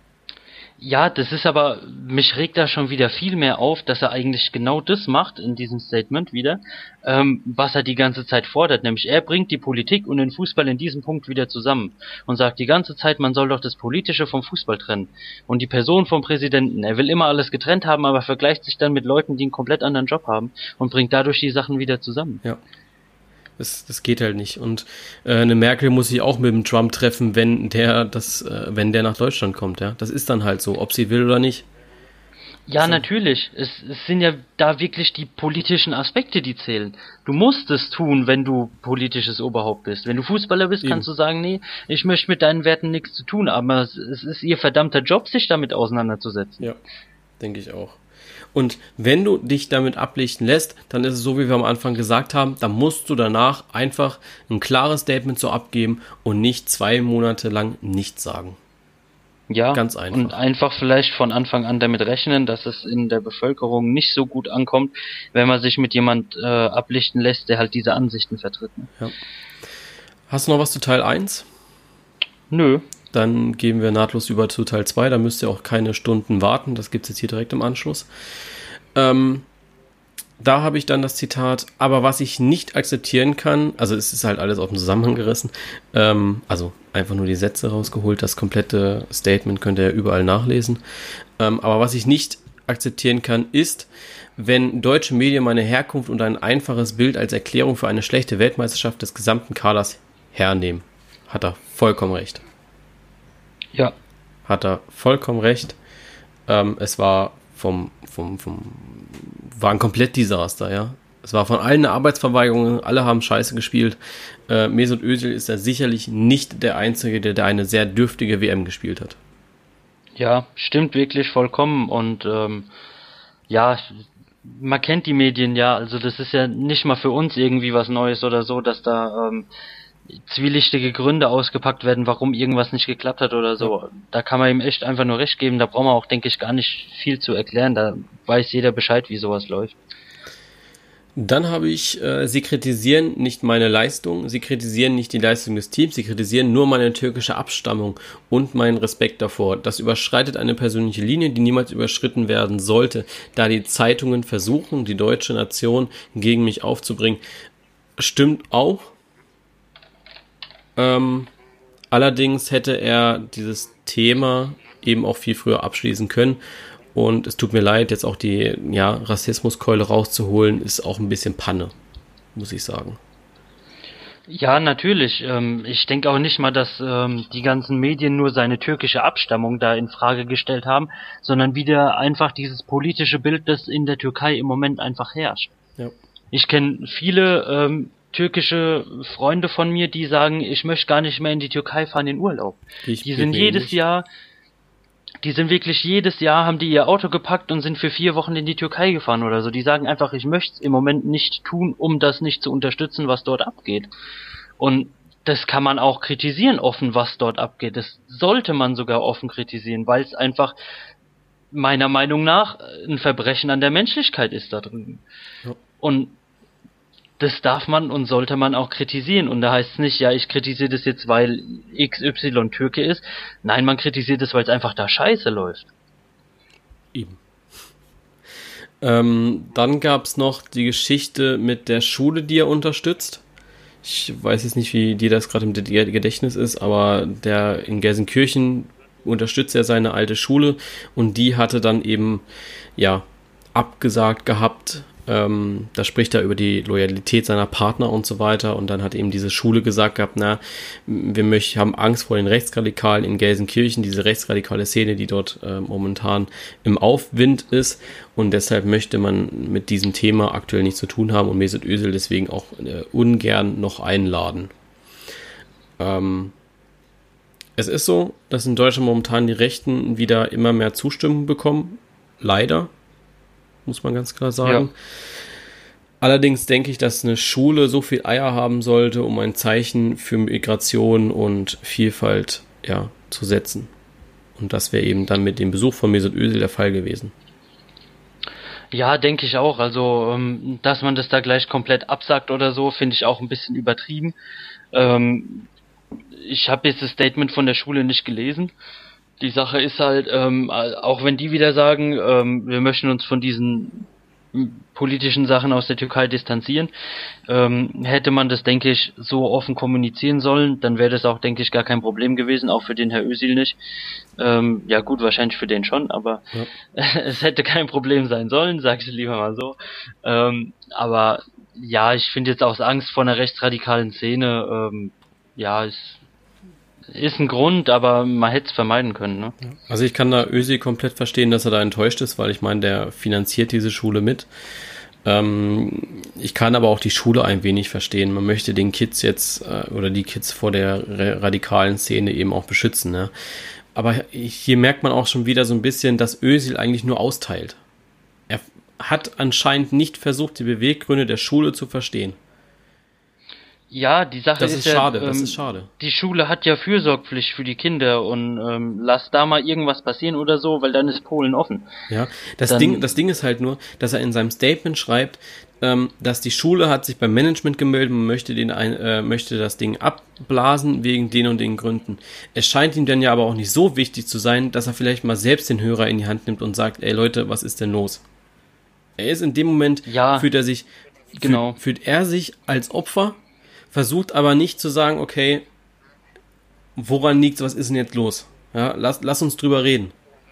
[SPEAKER 2] ja, das ist aber, mich regt da schon wieder viel mehr auf, dass er eigentlich genau das macht in diesem Statement wieder, ähm, was er die ganze Zeit fordert, nämlich er bringt die Politik und den Fußball in diesem Punkt wieder zusammen und sagt die ganze Zeit, man soll doch das Politische vom Fußball trennen und die Person vom Präsidenten. Er will immer alles getrennt haben, aber vergleicht sich dann mit Leuten, die einen komplett anderen Job haben und bringt dadurch die Sachen wieder zusammen.
[SPEAKER 1] Ja. Das, das geht halt nicht. Und äh, eine Merkel muss sich auch mit dem Trump treffen, wenn der das, äh, wenn der nach Deutschland kommt, ja. Das ist dann halt so, ob sie will oder nicht.
[SPEAKER 2] Ja,
[SPEAKER 1] So.
[SPEAKER 2] natürlich. Es, es sind ja da wirklich die politischen Aspekte, die zählen. Du musst es tun, wenn du politisches Oberhaupt bist. Wenn du Fußballer bist,
[SPEAKER 1] Eben.
[SPEAKER 2] kannst du sagen, nee, ich möchte mit deinen Werten nichts zu tun, aber es, es ist ihr verdammter Job, sich damit auseinanderzusetzen.
[SPEAKER 1] Ja, denke ich auch. Und wenn du dich damit ablichten lässt, dann ist es so, wie wir am Anfang gesagt haben, dann musst du danach einfach ein klares Statement so abgeben und nicht zwei Monate lang nichts sagen.
[SPEAKER 2] Ja,
[SPEAKER 1] Ganz einfach.
[SPEAKER 2] und einfach vielleicht von Anfang an damit rechnen, dass es in der Bevölkerung nicht so gut ankommt, wenn man sich mit jemand äh, ablichten lässt, der halt diese Ansichten vertritt. Ne?
[SPEAKER 1] Ja. Hast du noch was zu Teil eins?
[SPEAKER 2] Nö.
[SPEAKER 1] Dann gehen wir nahtlos über zu Teil zwei. Da müsst ihr auch keine Stunden warten. Das gibt es jetzt hier direkt im Anschluss. Ähm, da habe ich dann das Zitat, aber was ich nicht akzeptieren kann, also es ist halt alles aus dem Zusammenhang gerissen, ähm, also einfach nur die Sätze rausgeholt, das komplette Statement könnt ihr ja überall nachlesen. Ähm, aber was ich nicht akzeptieren kann, ist, wenn deutsche Medien meine Herkunft und ein einfaches Bild als Erklärung für eine schlechte Weltmeisterschaft des gesamten Kaders hernehmen. Hat er vollkommen recht.
[SPEAKER 2] Ja.
[SPEAKER 1] Hat er vollkommen recht. Ähm, es war vom, vom, vom, war ein Komplett-Desaster, ja. Es war von allen eine Arbeitsverweigerung, alle haben Scheiße gespielt. Äh, Mesut Özil ist ja sicherlich nicht der Einzige, der, der eine sehr dürftige W M gespielt hat.
[SPEAKER 2] Ja, stimmt wirklich vollkommen und ähm, ja, man kennt die Medien ja, also das ist ja nicht mal für uns irgendwie was Neues oder so, dass da ähm, zwielichtige Gründe ausgepackt werden, warum irgendwas nicht geklappt hat oder so. Ja. Da kann man ihm echt einfach nur recht geben, da braucht man auch, denke ich, gar nicht viel zu erklären, da weiß jeder Bescheid, wie sowas läuft.
[SPEAKER 1] Dann habe ich, äh, sie kritisieren nicht meine Leistung, sie kritisieren nicht die Leistung des Teams, sie kritisieren nur meine türkische Abstammung und meinen Respekt davor. Das überschreitet eine persönliche Linie, die niemals überschritten werden sollte, da die Zeitungen versuchen, die deutsche Nation gegen mich aufzubringen. Stimmt auch. Ähm, allerdings hätte er dieses Thema eben auch viel früher abschließen können. Und es tut mir leid, jetzt auch die ja, Rassismuskeule rauszuholen, ist auch ein bisschen Panne, muss ich sagen.
[SPEAKER 2] Ja, natürlich. Ähm, ich denke auch nicht mal, dass ähm, die ganzen Medien nur seine türkische Abstammung da in Frage gestellt haben, sondern wieder einfach dieses politische Bild, das in der Türkei im Moment einfach herrscht.
[SPEAKER 1] Ja.
[SPEAKER 2] Ich kenne viele ähm, türkische Freunde von mir, die sagen, ich möchte gar nicht mehr in die Türkei fahren in Urlaub.
[SPEAKER 1] Ich
[SPEAKER 2] die sind jedes
[SPEAKER 1] nicht.
[SPEAKER 2] Jahr die sind wirklich jedes Jahr, haben die ihr Auto gepackt und sind für vier Wochen in die Türkei gefahren oder so. Die sagen einfach, ich möchte es im Moment nicht tun, um das nicht zu unterstützen, was dort abgeht. Und das kann man auch kritisieren, offen, was dort abgeht. Das sollte man sogar offen kritisieren, weil es einfach meiner Meinung nach ein Verbrechen an der Menschlichkeit ist da drüben. Ja. Und das darf man und sollte man auch kritisieren. Und da heißt es nicht, ja, ich kritisiere das jetzt, weil X Y Türke ist. Nein, man kritisiert es, weil es einfach da scheiße läuft.
[SPEAKER 1] Eben. Ähm, dann gab es noch die Geschichte mit der Schule, die er unterstützt. Ich weiß jetzt nicht, wie dir das gerade im Gedächtnis ist, aber der in Gelsenkirchen unterstützt er seine alte Schule und die hatte dann eben, ja, abgesagt gehabt. Ähm, da spricht er über die Loyalität seiner Partner und so weiter und dann hat eben diese Schule gesagt gehabt, na, wir möchten, haben Angst vor den Rechtsradikalen in Gelsenkirchen, diese rechtsradikale Szene, die dort äh, momentan im Aufwind ist und deshalb möchte man mit diesem Thema aktuell nichts zu tun haben und Mesut Özil deswegen auch äh, ungern noch einladen. Ähm, es ist so, dass in Deutschland momentan die Rechten wieder immer mehr Zustimmung bekommen, leider. Muss man ganz klar sagen. Ja. Allerdings denke ich, dass eine Schule so viel Eier haben sollte, um ein Zeichen für Migration und Vielfalt ja, zu setzen. Und das wäre eben dann mit dem Besuch von Mesut Özil der Fall gewesen.
[SPEAKER 2] Ja, denke ich auch. Also, dass man das da gleich komplett absagt oder so, finde ich auch ein bisschen übertrieben. Ich habe jetzt das Statement von der Schule nicht gelesen. Die Sache ist halt, ähm, auch wenn die wieder sagen, ähm, wir möchten uns von diesen politischen Sachen aus der Türkei distanzieren, ähm, hätte man das, denke ich, so offen kommunizieren sollen, dann wäre das auch, denke ich, gar kein Problem gewesen, auch für den Herr Özil nicht. Ähm, ja gut, wahrscheinlich für den schon, aber ja. Es hätte kein Problem sein sollen, sag ich lieber mal so. Ähm, aber ja, ich finde jetzt aus Angst vor einer rechtsradikalen Szene, ähm, ja, ist Ist ein Grund, aber man hätte es vermeiden können. Ne?
[SPEAKER 1] Also ich kann da Özil komplett verstehen, dass er da enttäuscht ist, weil ich meine, der finanziert diese Schule mit. Ähm, ich kann aber auch die Schule ein wenig verstehen. Man möchte den Kids jetzt äh, oder die Kids vor der radikalen Szene eben auch beschützen. Ne? Aber hier merkt man auch schon wieder so ein bisschen, dass Özil eigentlich nur austeilt. Er hat anscheinend nicht versucht, die Beweggründe der Schule zu verstehen.
[SPEAKER 2] Ja, die Sache
[SPEAKER 1] das
[SPEAKER 2] ist,
[SPEAKER 1] ist
[SPEAKER 2] ja,
[SPEAKER 1] schade,
[SPEAKER 2] ähm,
[SPEAKER 1] das ist schade.
[SPEAKER 2] Die Schule hat ja Fürsorgpflicht für die Kinder und ähm, lass da mal irgendwas passieren oder so, weil dann ist Polen offen.
[SPEAKER 1] Ja, das
[SPEAKER 2] dann,
[SPEAKER 1] Ding, das Ding ist halt nur, dass er in seinem Statement schreibt, ähm, dass die Schule hat sich beim Management gemeldet und möchte den ein, äh, möchte das Ding abblasen wegen den und den Gründen. Es scheint ihm dann ja aber auch nicht so wichtig zu sein, dass er vielleicht mal selbst den Hörer in die Hand nimmt und sagt, ey Leute, was ist denn los? Er ist in dem Moment,
[SPEAKER 2] ja,
[SPEAKER 1] fühlt er sich,
[SPEAKER 2] genau.
[SPEAKER 1] fühlt, fühlt er sich als Opfer, versucht aber nicht zu sagen, okay, woran liegt's, was ist denn jetzt los? Ja, lass, lass uns drüber reden.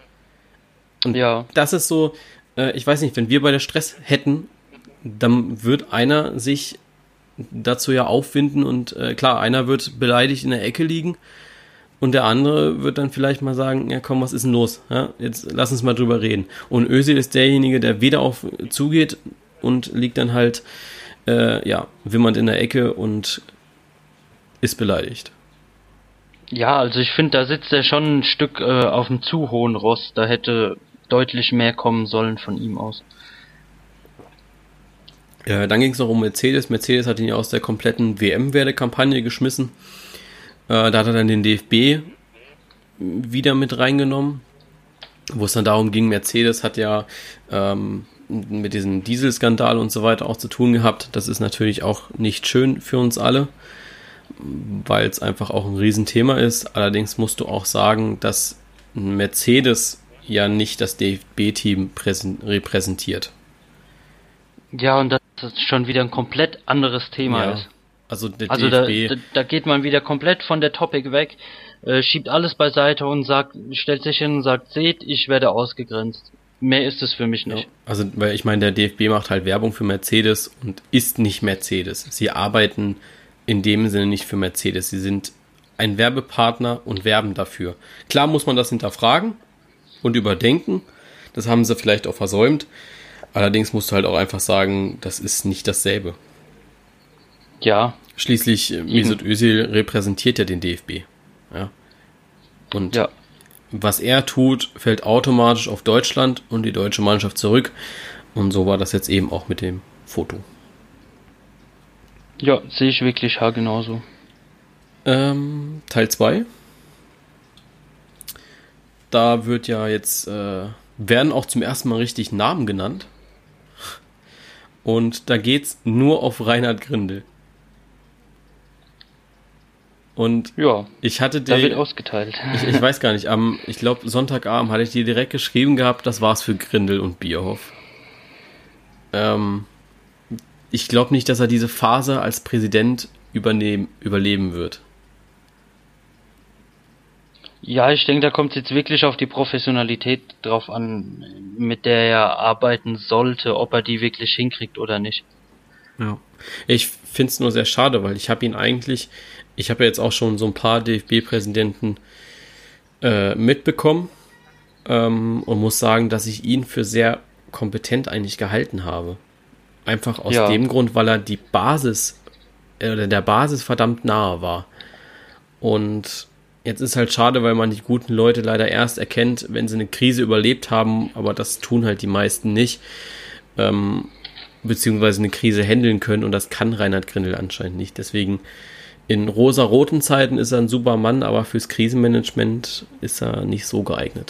[SPEAKER 1] Und ja. Das ist so, äh, ich weiß nicht, wenn wir beide Stress hätten, dann wird einer sich dazu ja aufwinden und äh, klar, einer wird beleidigt in der Ecke liegen und der andere wird dann vielleicht mal sagen, ja komm, was ist denn los? Ja, jetzt lass uns mal drüber reden. Und Özil ist derjenige, der weder auf zugeht und liegt dann halt Äh, ja, wimmernd in der Ecke und ist beleidigt.
[SPEAKER 2] Ja, also ich finde, da sitzt er schon ein Stück äh, auf einem zu hohen Ross. Da hätte deutlich mehr kommen sollen von ihm aus.
[SPEAKER 1] Ja, dann ging es noch um Mercedes. Mercedes hat ihn ja aus der kompletten W M-Werdekampagne geschmissen. Äh, da hat er dann den D F B wieder mit reingenommen, wo es dann darum ging, Mercedes hat ja ähm, mit diesem Dieselskandal und so weiter auch zu tun gehabt. Das ist natürlich auch nicht schön für uns alle, weil es einfach auch ein Riesenthema ist. Allerdings musst du auch sagen, dass Mercedes ja nicht das D F B-Team repräsentiert.
[SPEAKER 2] Ja, und das ist schon wieder ein komplett anderes Thema
[SPEAKER 1] ja,
[SPEAKER 2] ist.
[SPEAKER 1] Also, der
[SPEAKER 2] also
[SPEAKER 1] D F B
[SPEAKER 2] da, da, da geht man wieder komplett von der Topic weg, äh, schiebt alles beiseite und sagt, stellt sich hin und sagt, seht, ich werde ausgegrenzt. Mehr ist es für mich nicht.
[SPEAKER 1] Ja, also, weil ich meine, der D F B macht halt Werbung für Mercedes und ist nicht Mercedes. Sie arbeiten in dem Sinne nicht für Mercedes. Sie sind ein Werbepartner und werben dafür. Klar muss man das hinterfragen und überdenken. Das haben sie vielleicht auch versäumt. Allerdings musst du halt auch einfach sagen, das ist nicht dasselbe.
[SPEAKER 2] Ja.
[SPEAKER 1] Schließlich, Mesut Özil repräsentiert ja den D F B. Ja. Und
[SPEAKER 2] ja.
[SPEAKER 1] was er tut, fällt automatisch auf Deutschland und die deutsche Mannschaft zurück. Und so war das jetzt eben auch mit dem Foto.
[SPEAKER 2] Ja, sehe ich wirklich ha genauso.
[SPEAKER 1] Ähm, Teil zwei. Da wird ja jetzt, äh, werden auch zum ersten Mal richtig Namen genannt. Und da geht's nur auf Reinhard Grindel. Und
[SPEAKER 2] ja,
[SPEAKER 1] ich hatte dir,
[SPEAKER 2] da wird ausgeteilt.
[SPEAKER 1] Ich, ich weiß gar nicht, am, ich glaube Sonntagabend hatte ich dir direkt geschrieben gehabt, das war's für Grindel und Bierhoff. Ähm, ich glaube nicht, dass er diese Phase als Präsident übernehmen, überleben wird.
[SPEAKER 2] Ja, ich denke, da kommt es jetzt wirklich auf die Professionalität drauf an, mit der er arbeiten sollte, ob er die wirklich hinkriegt oder nicht.
[SPEAKER 1] Ja. Ich finde es nur sehr schade, weil ich habe ihn eigentlich, ich habe ja jetzt auch schon so ein paar D F B-Präsidenten äh, mitbekommen ähm, und muss sagen, dass ich ihn für sehr kompetent eigentlich gehalten habe. Einfach aus
[SPEAKER 2] Ja.
[SPEAKER 1] dem Grund, weil er die Basis, äh, oder der Basis verdammt nahe war. Und jetzt ist halt schade, weil man die guten Leute leider erst erkennt, wenn sie eine Krise überlebt haben, aber das tun halt die meisten nicht. Ähm, beziehungsweise eine Krise handeln können und das kann Reinhard Grindel anscheinend nicht. Deswegen in rosa-roten Zeiten ist er ein super Mann, aber fürs Krisenmanagement ist er nicht so geeignet.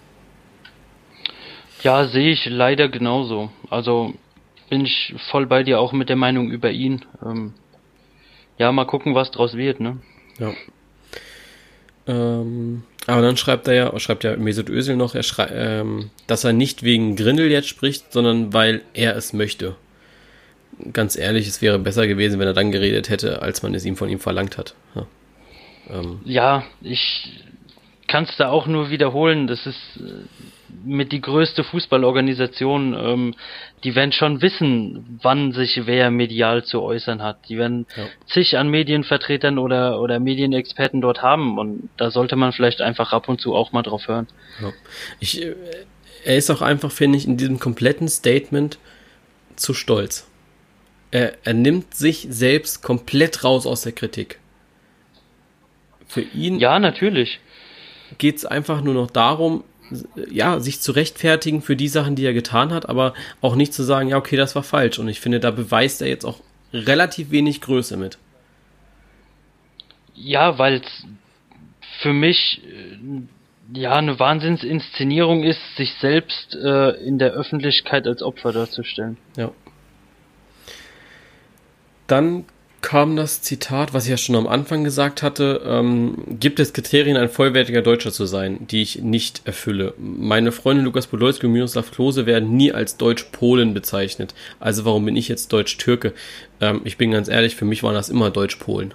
[SPEAKER 2] Ja, sehe ich leider genauso. Also bin ich voll bei dir, auch mit der Meinung über ihn. Ähm, ja, mal gucken, was draus wird, ne?
[SPEAKER 1] Ja. Ähm, aber dann schreibt er ja, schreibt ja Mesut Özil noch, er schrei- ähm, dass er nicht wegen Grindel jetzt spricht, sondern weil er es möchte. Ganz ehrlich, es wäre besser gewesen, wenn er dann geredet hätte, als man es ihm von ihm verlangt hat. Ja, ähm.
[SPEAKER 2] ja ich kann es da auch nur wiederholen. Das ist äh, mit die größte Fußballorganisation. Ähm, die werden schon wissen, wann sich wer medial zu äußern hat. Die werden
[SPEAKER 1] Ja.
[SPEAKER 2] zig an Medienvertretern oder, oder Medienexperten dort haben. Und da sollte man vielleicht einfach ab und zu auch mal drauf hören.
[SPEAKER 1] Ja. Ich, äh, er ist auch einfach, finde ich, in diesem kompletten Statement zu stolz. Er, er nimmt sich selbst komplett raus aus der Kritik. Für ihn
[SPEAKER 2] Ja, natürlich.
[SPEAKER 1] geht es einfach nur noch darum, ja, sich zu rechtfertigen für die Sachen, die er getan hat, aber auch nicht zu sagen, ja, okay, das war falsch. Und ich finde, da beweist er jetzt auch relativ wenig Größe mit.
[SPEAKER 2] Ja, weil es für mich äh, ja eine Wahnsinnsinszenierung ist, sich selbst äh, in der Öffentlichkeit als Opfer darzustellen.
[SPEAKER 1] Ja. Dann kam das Zitat, was ich ja schon am Anfang gesagt hatte, ähm, gibt es Kriterien, ein vollwertiger Deutscher zu sein, die ich nicht erfülle. Meine Freunde Lukas Podolski und Miroslav Klose werden nie als Deutsch-Polen bezeichnet. Also warum bin ich jetzt Deutsch-Türke? Ähm, ich bin ganz ehrlich, für mich waren das immer Deutsch-Polen.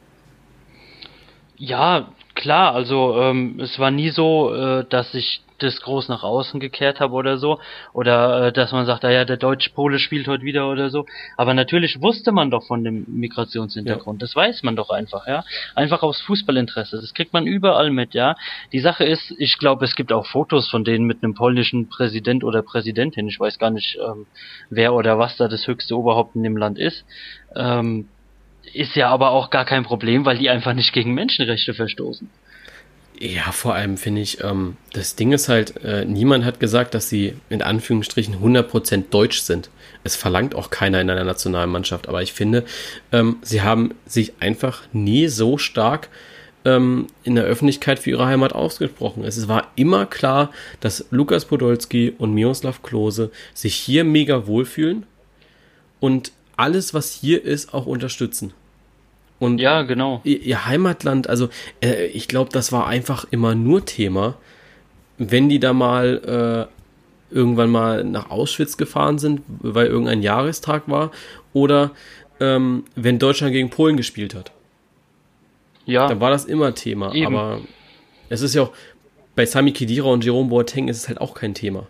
[SPEAKER 2] Ja, klar, also ähm, es war nie so, äh, dass ich das groß nach außen gekehrt habe oder so, oder äh, dass man sagt, ah ja, der Deutsch-Pole spielt heute wieder oder so, aber natürlich wusste man doch von dem Migrationshintergrund, ja. Das weiß man doch einfach, ja, einfach aus Fußballinteresse, das kriegt man überall mit, ja. Die Sache ist, ich glaube, es gibt auch Fotos von denen mit einem polnischen Präsident oder Präsidentin, ich weiß gar nicht, ähm, wer oder was da das höchste Oberhaupt in dem Land ist, ähm, ist ja aber auch gar kein Problem, weil die einfach nicht gegen Menschenrechte verstoßen.
[SPEAKER 1] Ja, vor allem finde ich, ähm, das Ding ist halt, äh, niemand hat gesagt, dass sie in Anführungsstrichen hundert Prozent deutsch sind. Es verlangt auch keiner in einer Nationalmannschaft, aber ich finde, ähm, sie haben sich einfach nie so stark ähm, in der Öffentlichkeit für ihre Heimat ausgesprochen. Es war immer klar, dass Lukas Podolski und Miroslav Klose sich hier mega wohlfühlen und alles, was hier ist, auch unterstützen. Und
[SPEAKER 2] ja, genau.
[SPEAKER 1] Ihr, ihr Heimatland, also äh, ich glaube, das war einfach immer nur Thema, wenn die da mal äh, irgendwann mal nach Auschwitz gefahren sind, weil irgendein Jahrestag war, oder ähm, wenn Deutschland gegen Polen gespielt hat.
[SPEAKER 2] Ja.
[SPEAKER 1] Dann war das immer Thema.
[SPEAKER 2] Eben.
[SPEAKER 1] Aber es ist ja auch, bei Sami Khedira und Jerome Boateng ist es halt auch kein Thema.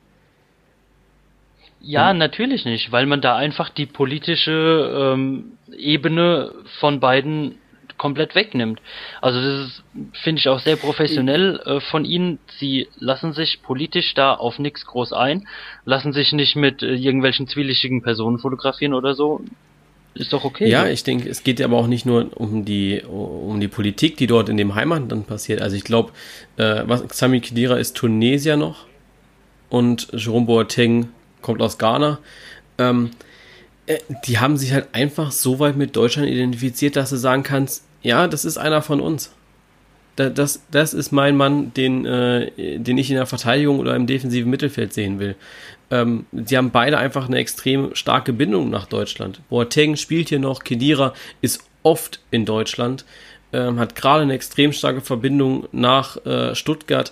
[SPEAKER 2] Ja, hm. natürlich nicht, weil man da einfach die politische ähm, Ebene von beiden komplett wegnimmt. Also das ist, finde ich, auch sehr professionell äh, von ihnen. Sie lassen sich politisch da auf nichts groß ein, lassen sich nicht mit äh, irgendwelchen zwielichtigen Personen fotografieren oder so. ist doch okay.
[SPEAKER 1] Ja,
[SPEAKER 2] so.
[SPEAKER 1] ich denke, es geht aber auch nicht nur um die um die Politik, die dort in dem Heimatland passiert. Also ich glaube, äh, was Sami Khedira ist Tunesier noch und Jerome Boateng kommt aus Ghana. Ähm, äh, die haben sich halt einfach so weit mit Deutschland identifiziert, dass du sagen kannst, ja, das ist einer von uns. Da, das, das ist mein Mann, den, äh, den ich in der Verteidigung oder im defensiven Mittelfeld sehen will. Ähm, sie haben beide einfach eine extrem starke Bindung nach Deutschland. Boateng spielt hier noch, Khedira ist oft in Deutschland, ähm, hat gerade eine extrem starke Verbindung nach äh, Stuttgart.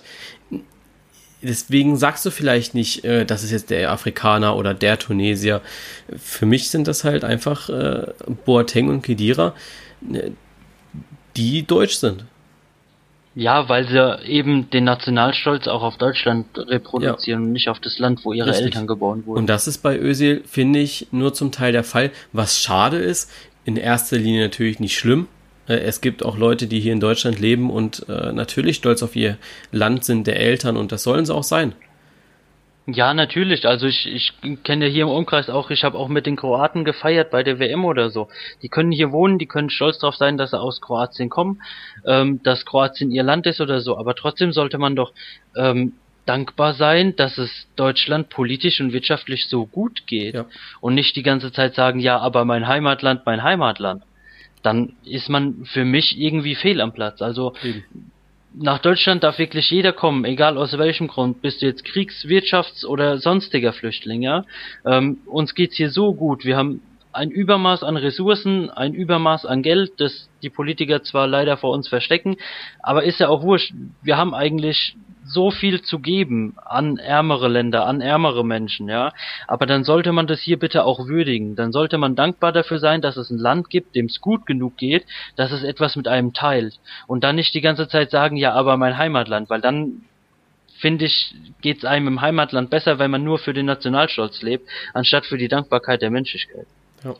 [SPEAKER 1] Deswegen sagst du vielleicht nicht, äh, das ist jetzt der Afrikaner oder der Tunesier. Für mich sind das halt einfach äh, Boateng und Khedira, äh, die deutsch sind.
[SPEAKER 2] Ja, weil sie eben den Nationalstolz auch auf Deutschland reproduzieren ja. und nicht auf das Land, wo ihre Richtig. Eltern geboren wurden.
[SPEAKER 1] Und das ist bei Özil, finde ich, nur zum Teil der Fall. Was schade ist, in erster Linie natürlich nicht schlimm. Es gibt auch Leute, die hier in Deutschland leben und äh, natürlich stolz auf ihr Land sind, der Eltern, und das sollen sie auch sein.
[SPEAKER 2] Ja, natürlich. Also ich, ich kenne ja hier im Umkreis auch, ich habe auch mit den Kroaten gefeiert bei der W M oder so. Die können hier wohnen, die können stolz drauf sein, dass sie aus Kroatien kommen, ähm, dass Kroatien ihr Land ist oder so. Aber trotzdem sollte man doch ähm, dankbar sein, dass es Deutschland politisch und wirtschaftlich so gut geht. Ja. Und nicht die ganze Zeit sagen, ja, aber mein Heimatland, mein Heimatland. Dann ist man für mich irgendwie fehl am Platz. Also Eben. Nach Deutschland darf wirklich jeder kommen, egal aus welchem Grund. Bist du jetzt Kriegs-, Wirtschafts- oder sonstiger Flüchtling, ja? Ähm, uns geht's hier so gut. Wir haben ein Übermaß an Ressourcen, ein Übermaß an Geld, das die Politiker zwar leider vor uns verstecken, aber ist ja auch wurscht. Wir haben eigentlich so viel zu geben an ärmere Länder, an ärmere Menschen, ja. Aber dann sollte man das hier bitte auch würdigen. Dann sollte man dankbar dafür sein, dass es ein Land gibt, dem es gut genug geht, dass es etwas mit einem teilt. Und dann nicht die ganze Zeit sagen, ja, aber mein Heimatland, weil dann, finde ich, geht es einem im Heimatland besser, weil man nur für den Nationalstolz lebt, anstatt für die Dankbarkeit der Menschlichkeit. Ja.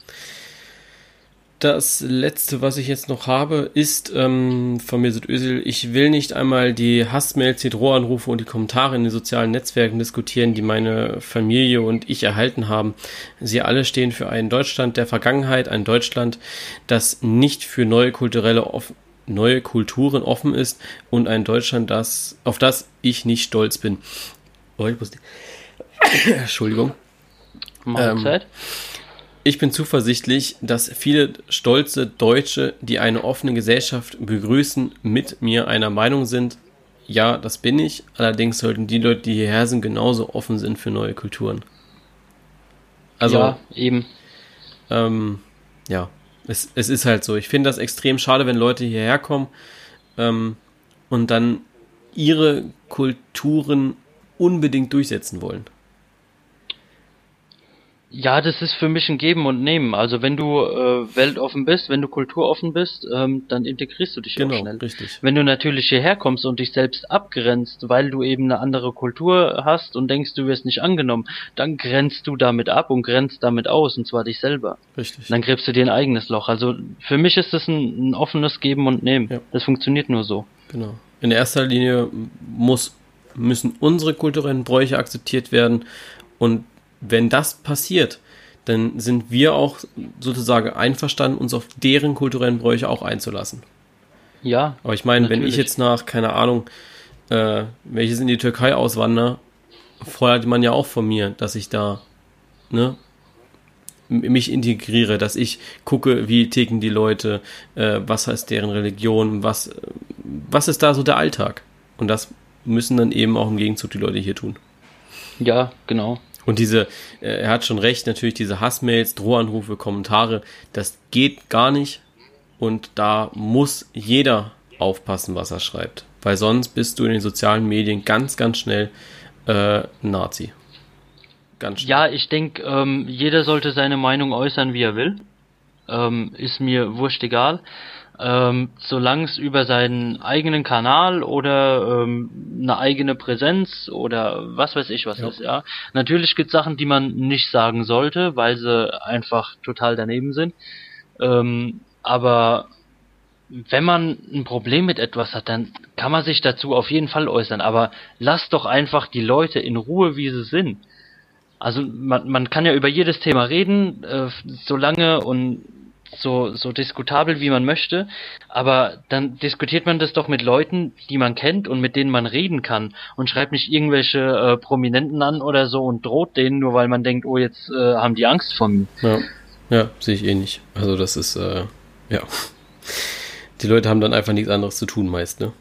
[SPEAKER 1] Das letzte, was ich jetzt noch habe, ist ähm, von Mesut Özil: Ich will nicht einmal die Hassmails, die Drohanrufe und die Kommentare in den sozialen Netzwerken diskutieren, die meine Familie und ich erhalten haben. Sie alle stehen für ein Deutschland der Vergangenheit, ein Deutschland, das nicht für neue kulturelle off- neue Kulturen offen ist, und ein Deutschland, das auf das ich nicht stolz bin. Oh, ich muss die Entschuldigung.
[SPEAKER 2] Mahlzeit. Ähm,
[SPEAKER 1] Ich bin zuversichtlich, dass viele stolze Deutsche, die eine offene Gesellschaft begrüßen, mit mir einer Meinung sind. Ja, das bin ich. Allerdings sollten die Leute, die hierher sind, genauso offen sind für neue Kulturen. Also,
[SPEAKER 2] ja, eben.
[SPEAKER 1] Ähm, ja, es, es ist halt so. Ich finde das extrem schade, wenn Leute hierher kommen ähm, und dann ihre Kulturen unbedingt durchsetzen wollen.
[SPEAKER 2] Ja, das ist für mich ein Geben und Nehmen. Also wenn du äh, weltoffen bist, wenn du kulturoffen bist, ähm, dann integrierst du dich
[SPEAKER 1] genau,
[SPEAKER 2] auch schnell.
[SPEAKER 1] Richtig.
[SPEAKER 2] Wenn du natürlich hierher kommst und dich selbst abgrenzt, weil du eben eine andere Kultur hast und denkst, du wirst nicht angenommen, dann grenzt du damit ab und grenzt damit aus, und zwar dich selber.
[SPEAKER 1] Richtig.
[SPEAKER 2] Dann gräbst du dir ein eigenes Loch. Also für mich ist das ein, ein offenes Geben und Nehmen. Ja. Das funktioniert nur so.
[SPEAKER 1] Genau. In erster Linie muss, müssen unsere kulturellen Bräuche akzeptiert werden, und wenn das passiert, dann sind wir auch sozusagen einverstanden, uns auf deren kulturellen Bräuche auch einzulassen.
[SPEAKER 2] Ja.
[SPEAKER 1] Aber ich meine, wenn ich jetzt nach, keine Ahnung, äh, wenn ich jetzt in die Türkei auswandere, fordert man ja auch von mir, dass ich da, ne, mich integriere, dass ich gucke, wie ticken die Leute, äh, was heißt deren Religion, was, was ist da so der Alltag? Und das müssen dann eben auch im Gegenzug die Leute hier tun.
[SPEAKER 2] Ja, genau.
[SPEAKER 1] Und diese, äh, er hat schon recht, natürlich diese Hassmails, Drohanrufe, Kommentare, das geht gar nicht, und da muss jeder aufpassen, was er schreibt, weil sonst bist du in den sozialen Medien ganz, ganz schnell äh, Nazi. Ganz schnell.
[SPEAKER 2] Ja, ich denke, ähm, jeder sollte seine Meinung äußern, wie er will. Ähm, ist mir wurscht egal. Ähm, solange es über seinen eigenen Kanal oder ähm, eine eigene Präsenz oder was weiß ich was ja. ist, ja. Natürlich gibt es Sachen, die man nicht sagen sollte, weil sie einfach total daneben sind. Ähm, aber wenn man ein Problem mit etwas hat, dann kann man sich dazu auf jeden Fall äußern. Aber lasst doch einfach die Leute in Ruhe, wie sie sind. Also man, man kann ja über jedes Thema reden, äh, so lange und so, so diskutabel wie man möchte, aber dann diskutiert man das doch mit Leuten, die man kennt und mit denen man reden kann und schreibt nicht irgendwelche äh, Prominenten an oder so und droht denen, nur weil man denkt, oh, jetzt äh, haben die Angst vor mir.
[SPEAKER 1] Ja, ja, sehe ich eh nicht. Also das ist, äh, ja. Die Leute haben dann einfach nichts anderes zu tun meist, ne?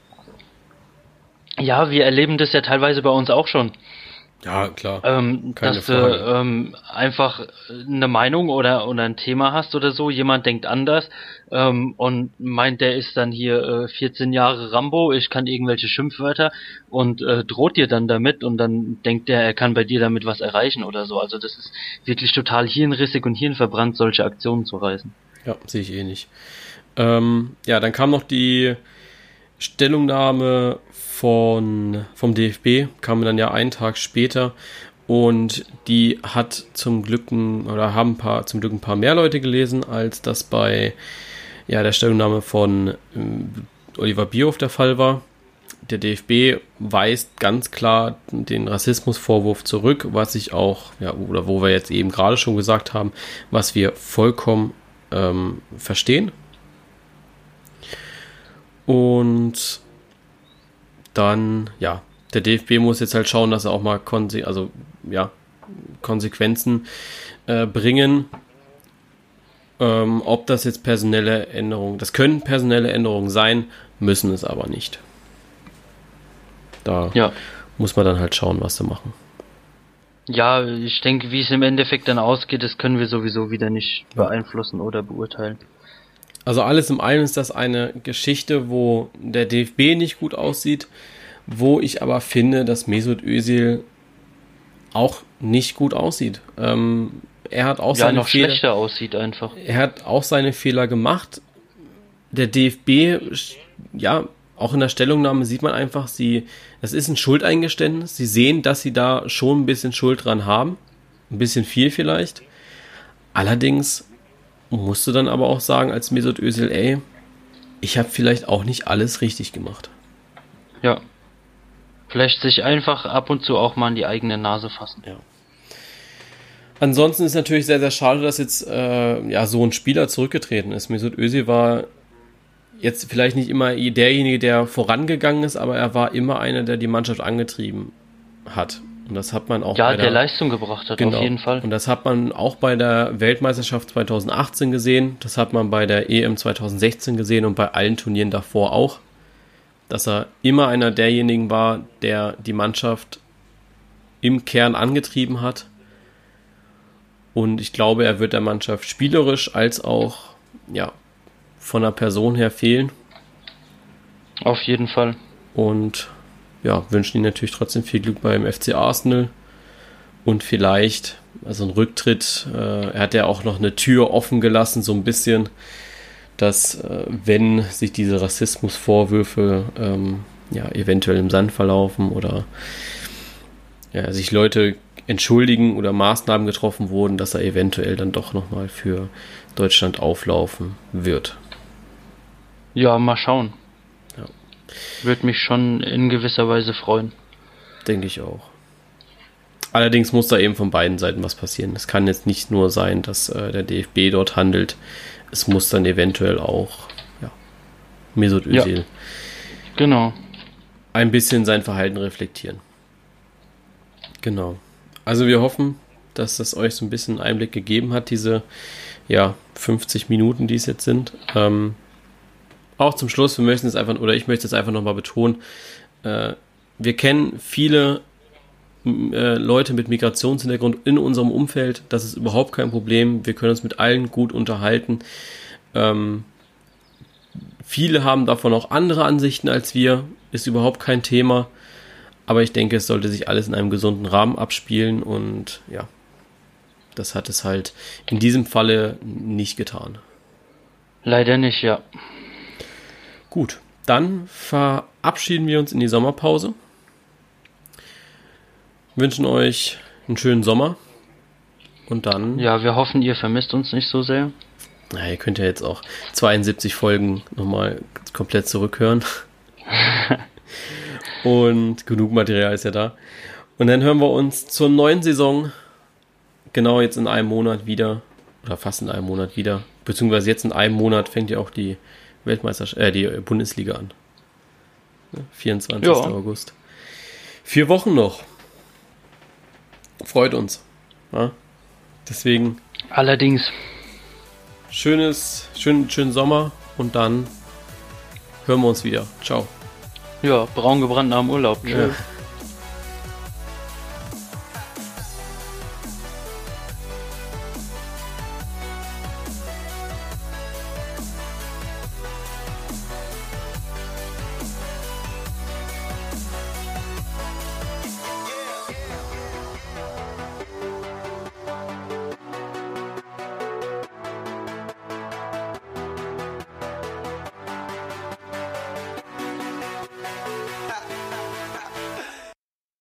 [SPEAKER 2] Ja, wir erleben das ja teilweise bei uns auch schon.
[SPEAKER 1] Ja, klar.
[SPEAKER 2] Ähm,
[SPEAKER 1] Keine
[SPEAKER 2] dass du
[SPEAKER 1] Frage.
[SPEAKER 2] ähm, einfach eine Meinung oder, oder ein Thema hast oder so, jemand denkt anders ähm, und meint, der ist dann hier äh, vierzehn Jahre Rambo, ich kann irgendwelche Schimpfwörter und äh, droht dir dann damit und dann denkt der, er kann bei dir damit was erreichen oder so. Also das ist wirklich total hirnrissig und hirnverbrannt, solche Aktionen zu reißen.
[SPEAKER 1] Ja, sehe ich eh nicht. Ähm, ja, dann kam noch die Stellungnahme von, vom D F B, kam dann ja einen Tag später und die hat zum Glück ein, oder haben ein paar, zum Glück ein paar mehr Leute gelesen, als das bei ja, der Stellungnahme von ähm, Oliver Bierhoff der Fall war. Der D F B weist ganz klar den Rassismusvorwurf zurück, was ich auch, ja, oder wo wir jetzt eben gerade schon gesagt haben, was wir vollkommen ähm, verstehen. Und dann, ja, der D F B muss jetzt halt schauen, dass er auch mal Konse- also, ja, Konsequenzen äh, bringen. Ähm, ob das jetzt personelle Änderungen, das können personelle Änderungen sein, müssen es aber nicht. Da
[SPEAKER 2] Ja.
[SPEAKER 1] muss man dann halt schauen, was sie machen.
[SPEAKER 2] Ja, ich denke, wie es im Endeffekt dann ausgeht, das können wir sowieso wieder nicht beeinflussen oder beurteilen.
[SPEAKER 1] Also alles im einen ist das eine Geschichte, wo der D F B nicht gut aussieht, wo ich aber finde, dass Mesut Özil auch nicht gut aussieht. Ähm, er hat auch
[SPEAKER 2] Ja,
[SPEAKER 1] seine
[SPEAKER 2] noch
[SPEAKER 1] Fehler,
[SPEAKER 2] schlechter aussieht einfach.
[SPEAKER 1] er hat auch seine Fehler gemacht. Der D F B, ja, auch in der Stellungnahme sieht man einfach, sie, das ist ein Schuldeingeständnis. Sie sehen, dass sie da schon ein bisschen Schuld dran haben. Ein bisschen viel vielleicht. Allerdings musst du dann aber auch sagen, als Mesut Özil, ey, ich habe vielleicht auch nicht alles richtig gemacht.
[SPEAKER 2] Ja. Vielleicht sich einfach ab und zu auch mal an die eigene Nase fassen.
[SPEAKER 1] Ja. Ansonsten ist natürlich sehr, sehr schade, dass jetzt äh, ja, so ein Spieler zurückgetreten ist. Mesut Özil war jetzt vielleicht nicht immer derjenige, der vorangegangen ist, aber er war immer einer, der die Mannschaft angetrieben hat. Und das hat man auch
[SPEAKER 2] ja,
[SPEAKER 1] bei der,
[SPEAKER 2] der Leistung gebracht hat,
[SPEAKER 1] genau,
[SPEAKER 2] auf jeden Fall.
[SPEAKER 1] Und das hat man auch bei der Weltmeisterschaft zwanzig achtzehn gesehen, das hat man bei der E M zwanzig sechzehn gesehen und bei allen Turnieren davor auch, dass er immer einer derjenigen war, der die Mannschaft im Kern angetrieben hat. Und ich glaube, er wird der Mannschaft spielerisch als auch ja, von der Person her fehlen.
[SPEAKER 2] Auf jeden Fall.
[SPEAKER 1] Und ja, wünschen ihm natürlich trotzdem viel Glück beim F C Arsenal und vielleicht, also ein Rücktritt, äh, er hat ja auch noch eine Tür offen gelassen, so ein bisschen, dass äh, wenn sich diese Rassismusvorwürfe ähm, ja, eventuell im Sand verlaufen oder ja, sich Leute entschuldigen oder Maßnahmen getroffen wurden, dass er eventuell dann doch nochmal für Deutschland auflaufen wird.
[SPEAKER 2] Ja, mal schauen.
[SPEAKER 1] Ja.
[SPEAKER 2] Würde mich schon in gewisser Weise freuen.
[SPEAKER 1] Denke ich auch. Allerdings muss da eben von beiden Seiten was passieren. Es kann jetzt nicht nur sein, dass äh, der D F B dort handelt. Es muss dann eventuell auch ja, Mesut Özil
[SPEAKER 2] ja, genau.
[SPEAKER 1] ein bisschen sein Verhalten reflektieren. Genau. Also wir hoffen, dass das euch so ein bisschen Einblick gegeben hat, diese ja, fünfzig Minuten, die es jetzt sind. Ähm, auch zum Schluss, wir möchten es einfach, oder ich möchte es einfach nochmal betonen, äh, wir kennen viele äh, Leute mit Migrationshintergrund in unserem Umfeld, das ist überhaupt kein Problem, wir können uns mit allen gut unterhalten. Ähm, viele haben davon auch andere Ansichten als wir, ist überhaupt kein Thema, aber ich denke, es sollte sich alles in einem gesunden Rahmen abspielen und ja, das hat es halt in diesem Falle nicht getan.
[SPEAKER 2] Leider nicht, ja.
[SPEAKER 1] Gut, dann verabschieden wir uns in die Sommerpause. Wünschen euch einen schönen Sommer. Und dann...
[SPEAKER 2] Ja, wir hoffen, ihr vermisst uns nicht so sehr.
[SPEAKER 1] Na, ihr könnt ja jetzt auch zweiundsiebzig Folgen nochmal komplett zurückhören. Und genug Material ist ja da. Und dann hören wir uns zur neuen Saison genau jetzt in einem Monat wieder. Oder fast in einem Monat wieder. Beziehungsweise jetzt in einem Monat fängt ja auch die Weltmeisterschaft, äh, die Bundesliga an. vierundzwanzigsten August. Vier Wochen noch. Freut uns. Ja? Deswegen.
[SPEAKER 2] Allerdings.
[SPEAKER 1] Schönes, schönen, schönen Sommer und dann hören wir uns wieder. Ciao.
[SPEAKER 2] Ja, braun gebrannt nach dem Urlaub. Tschüss.
[SPEAKER 1] Ja.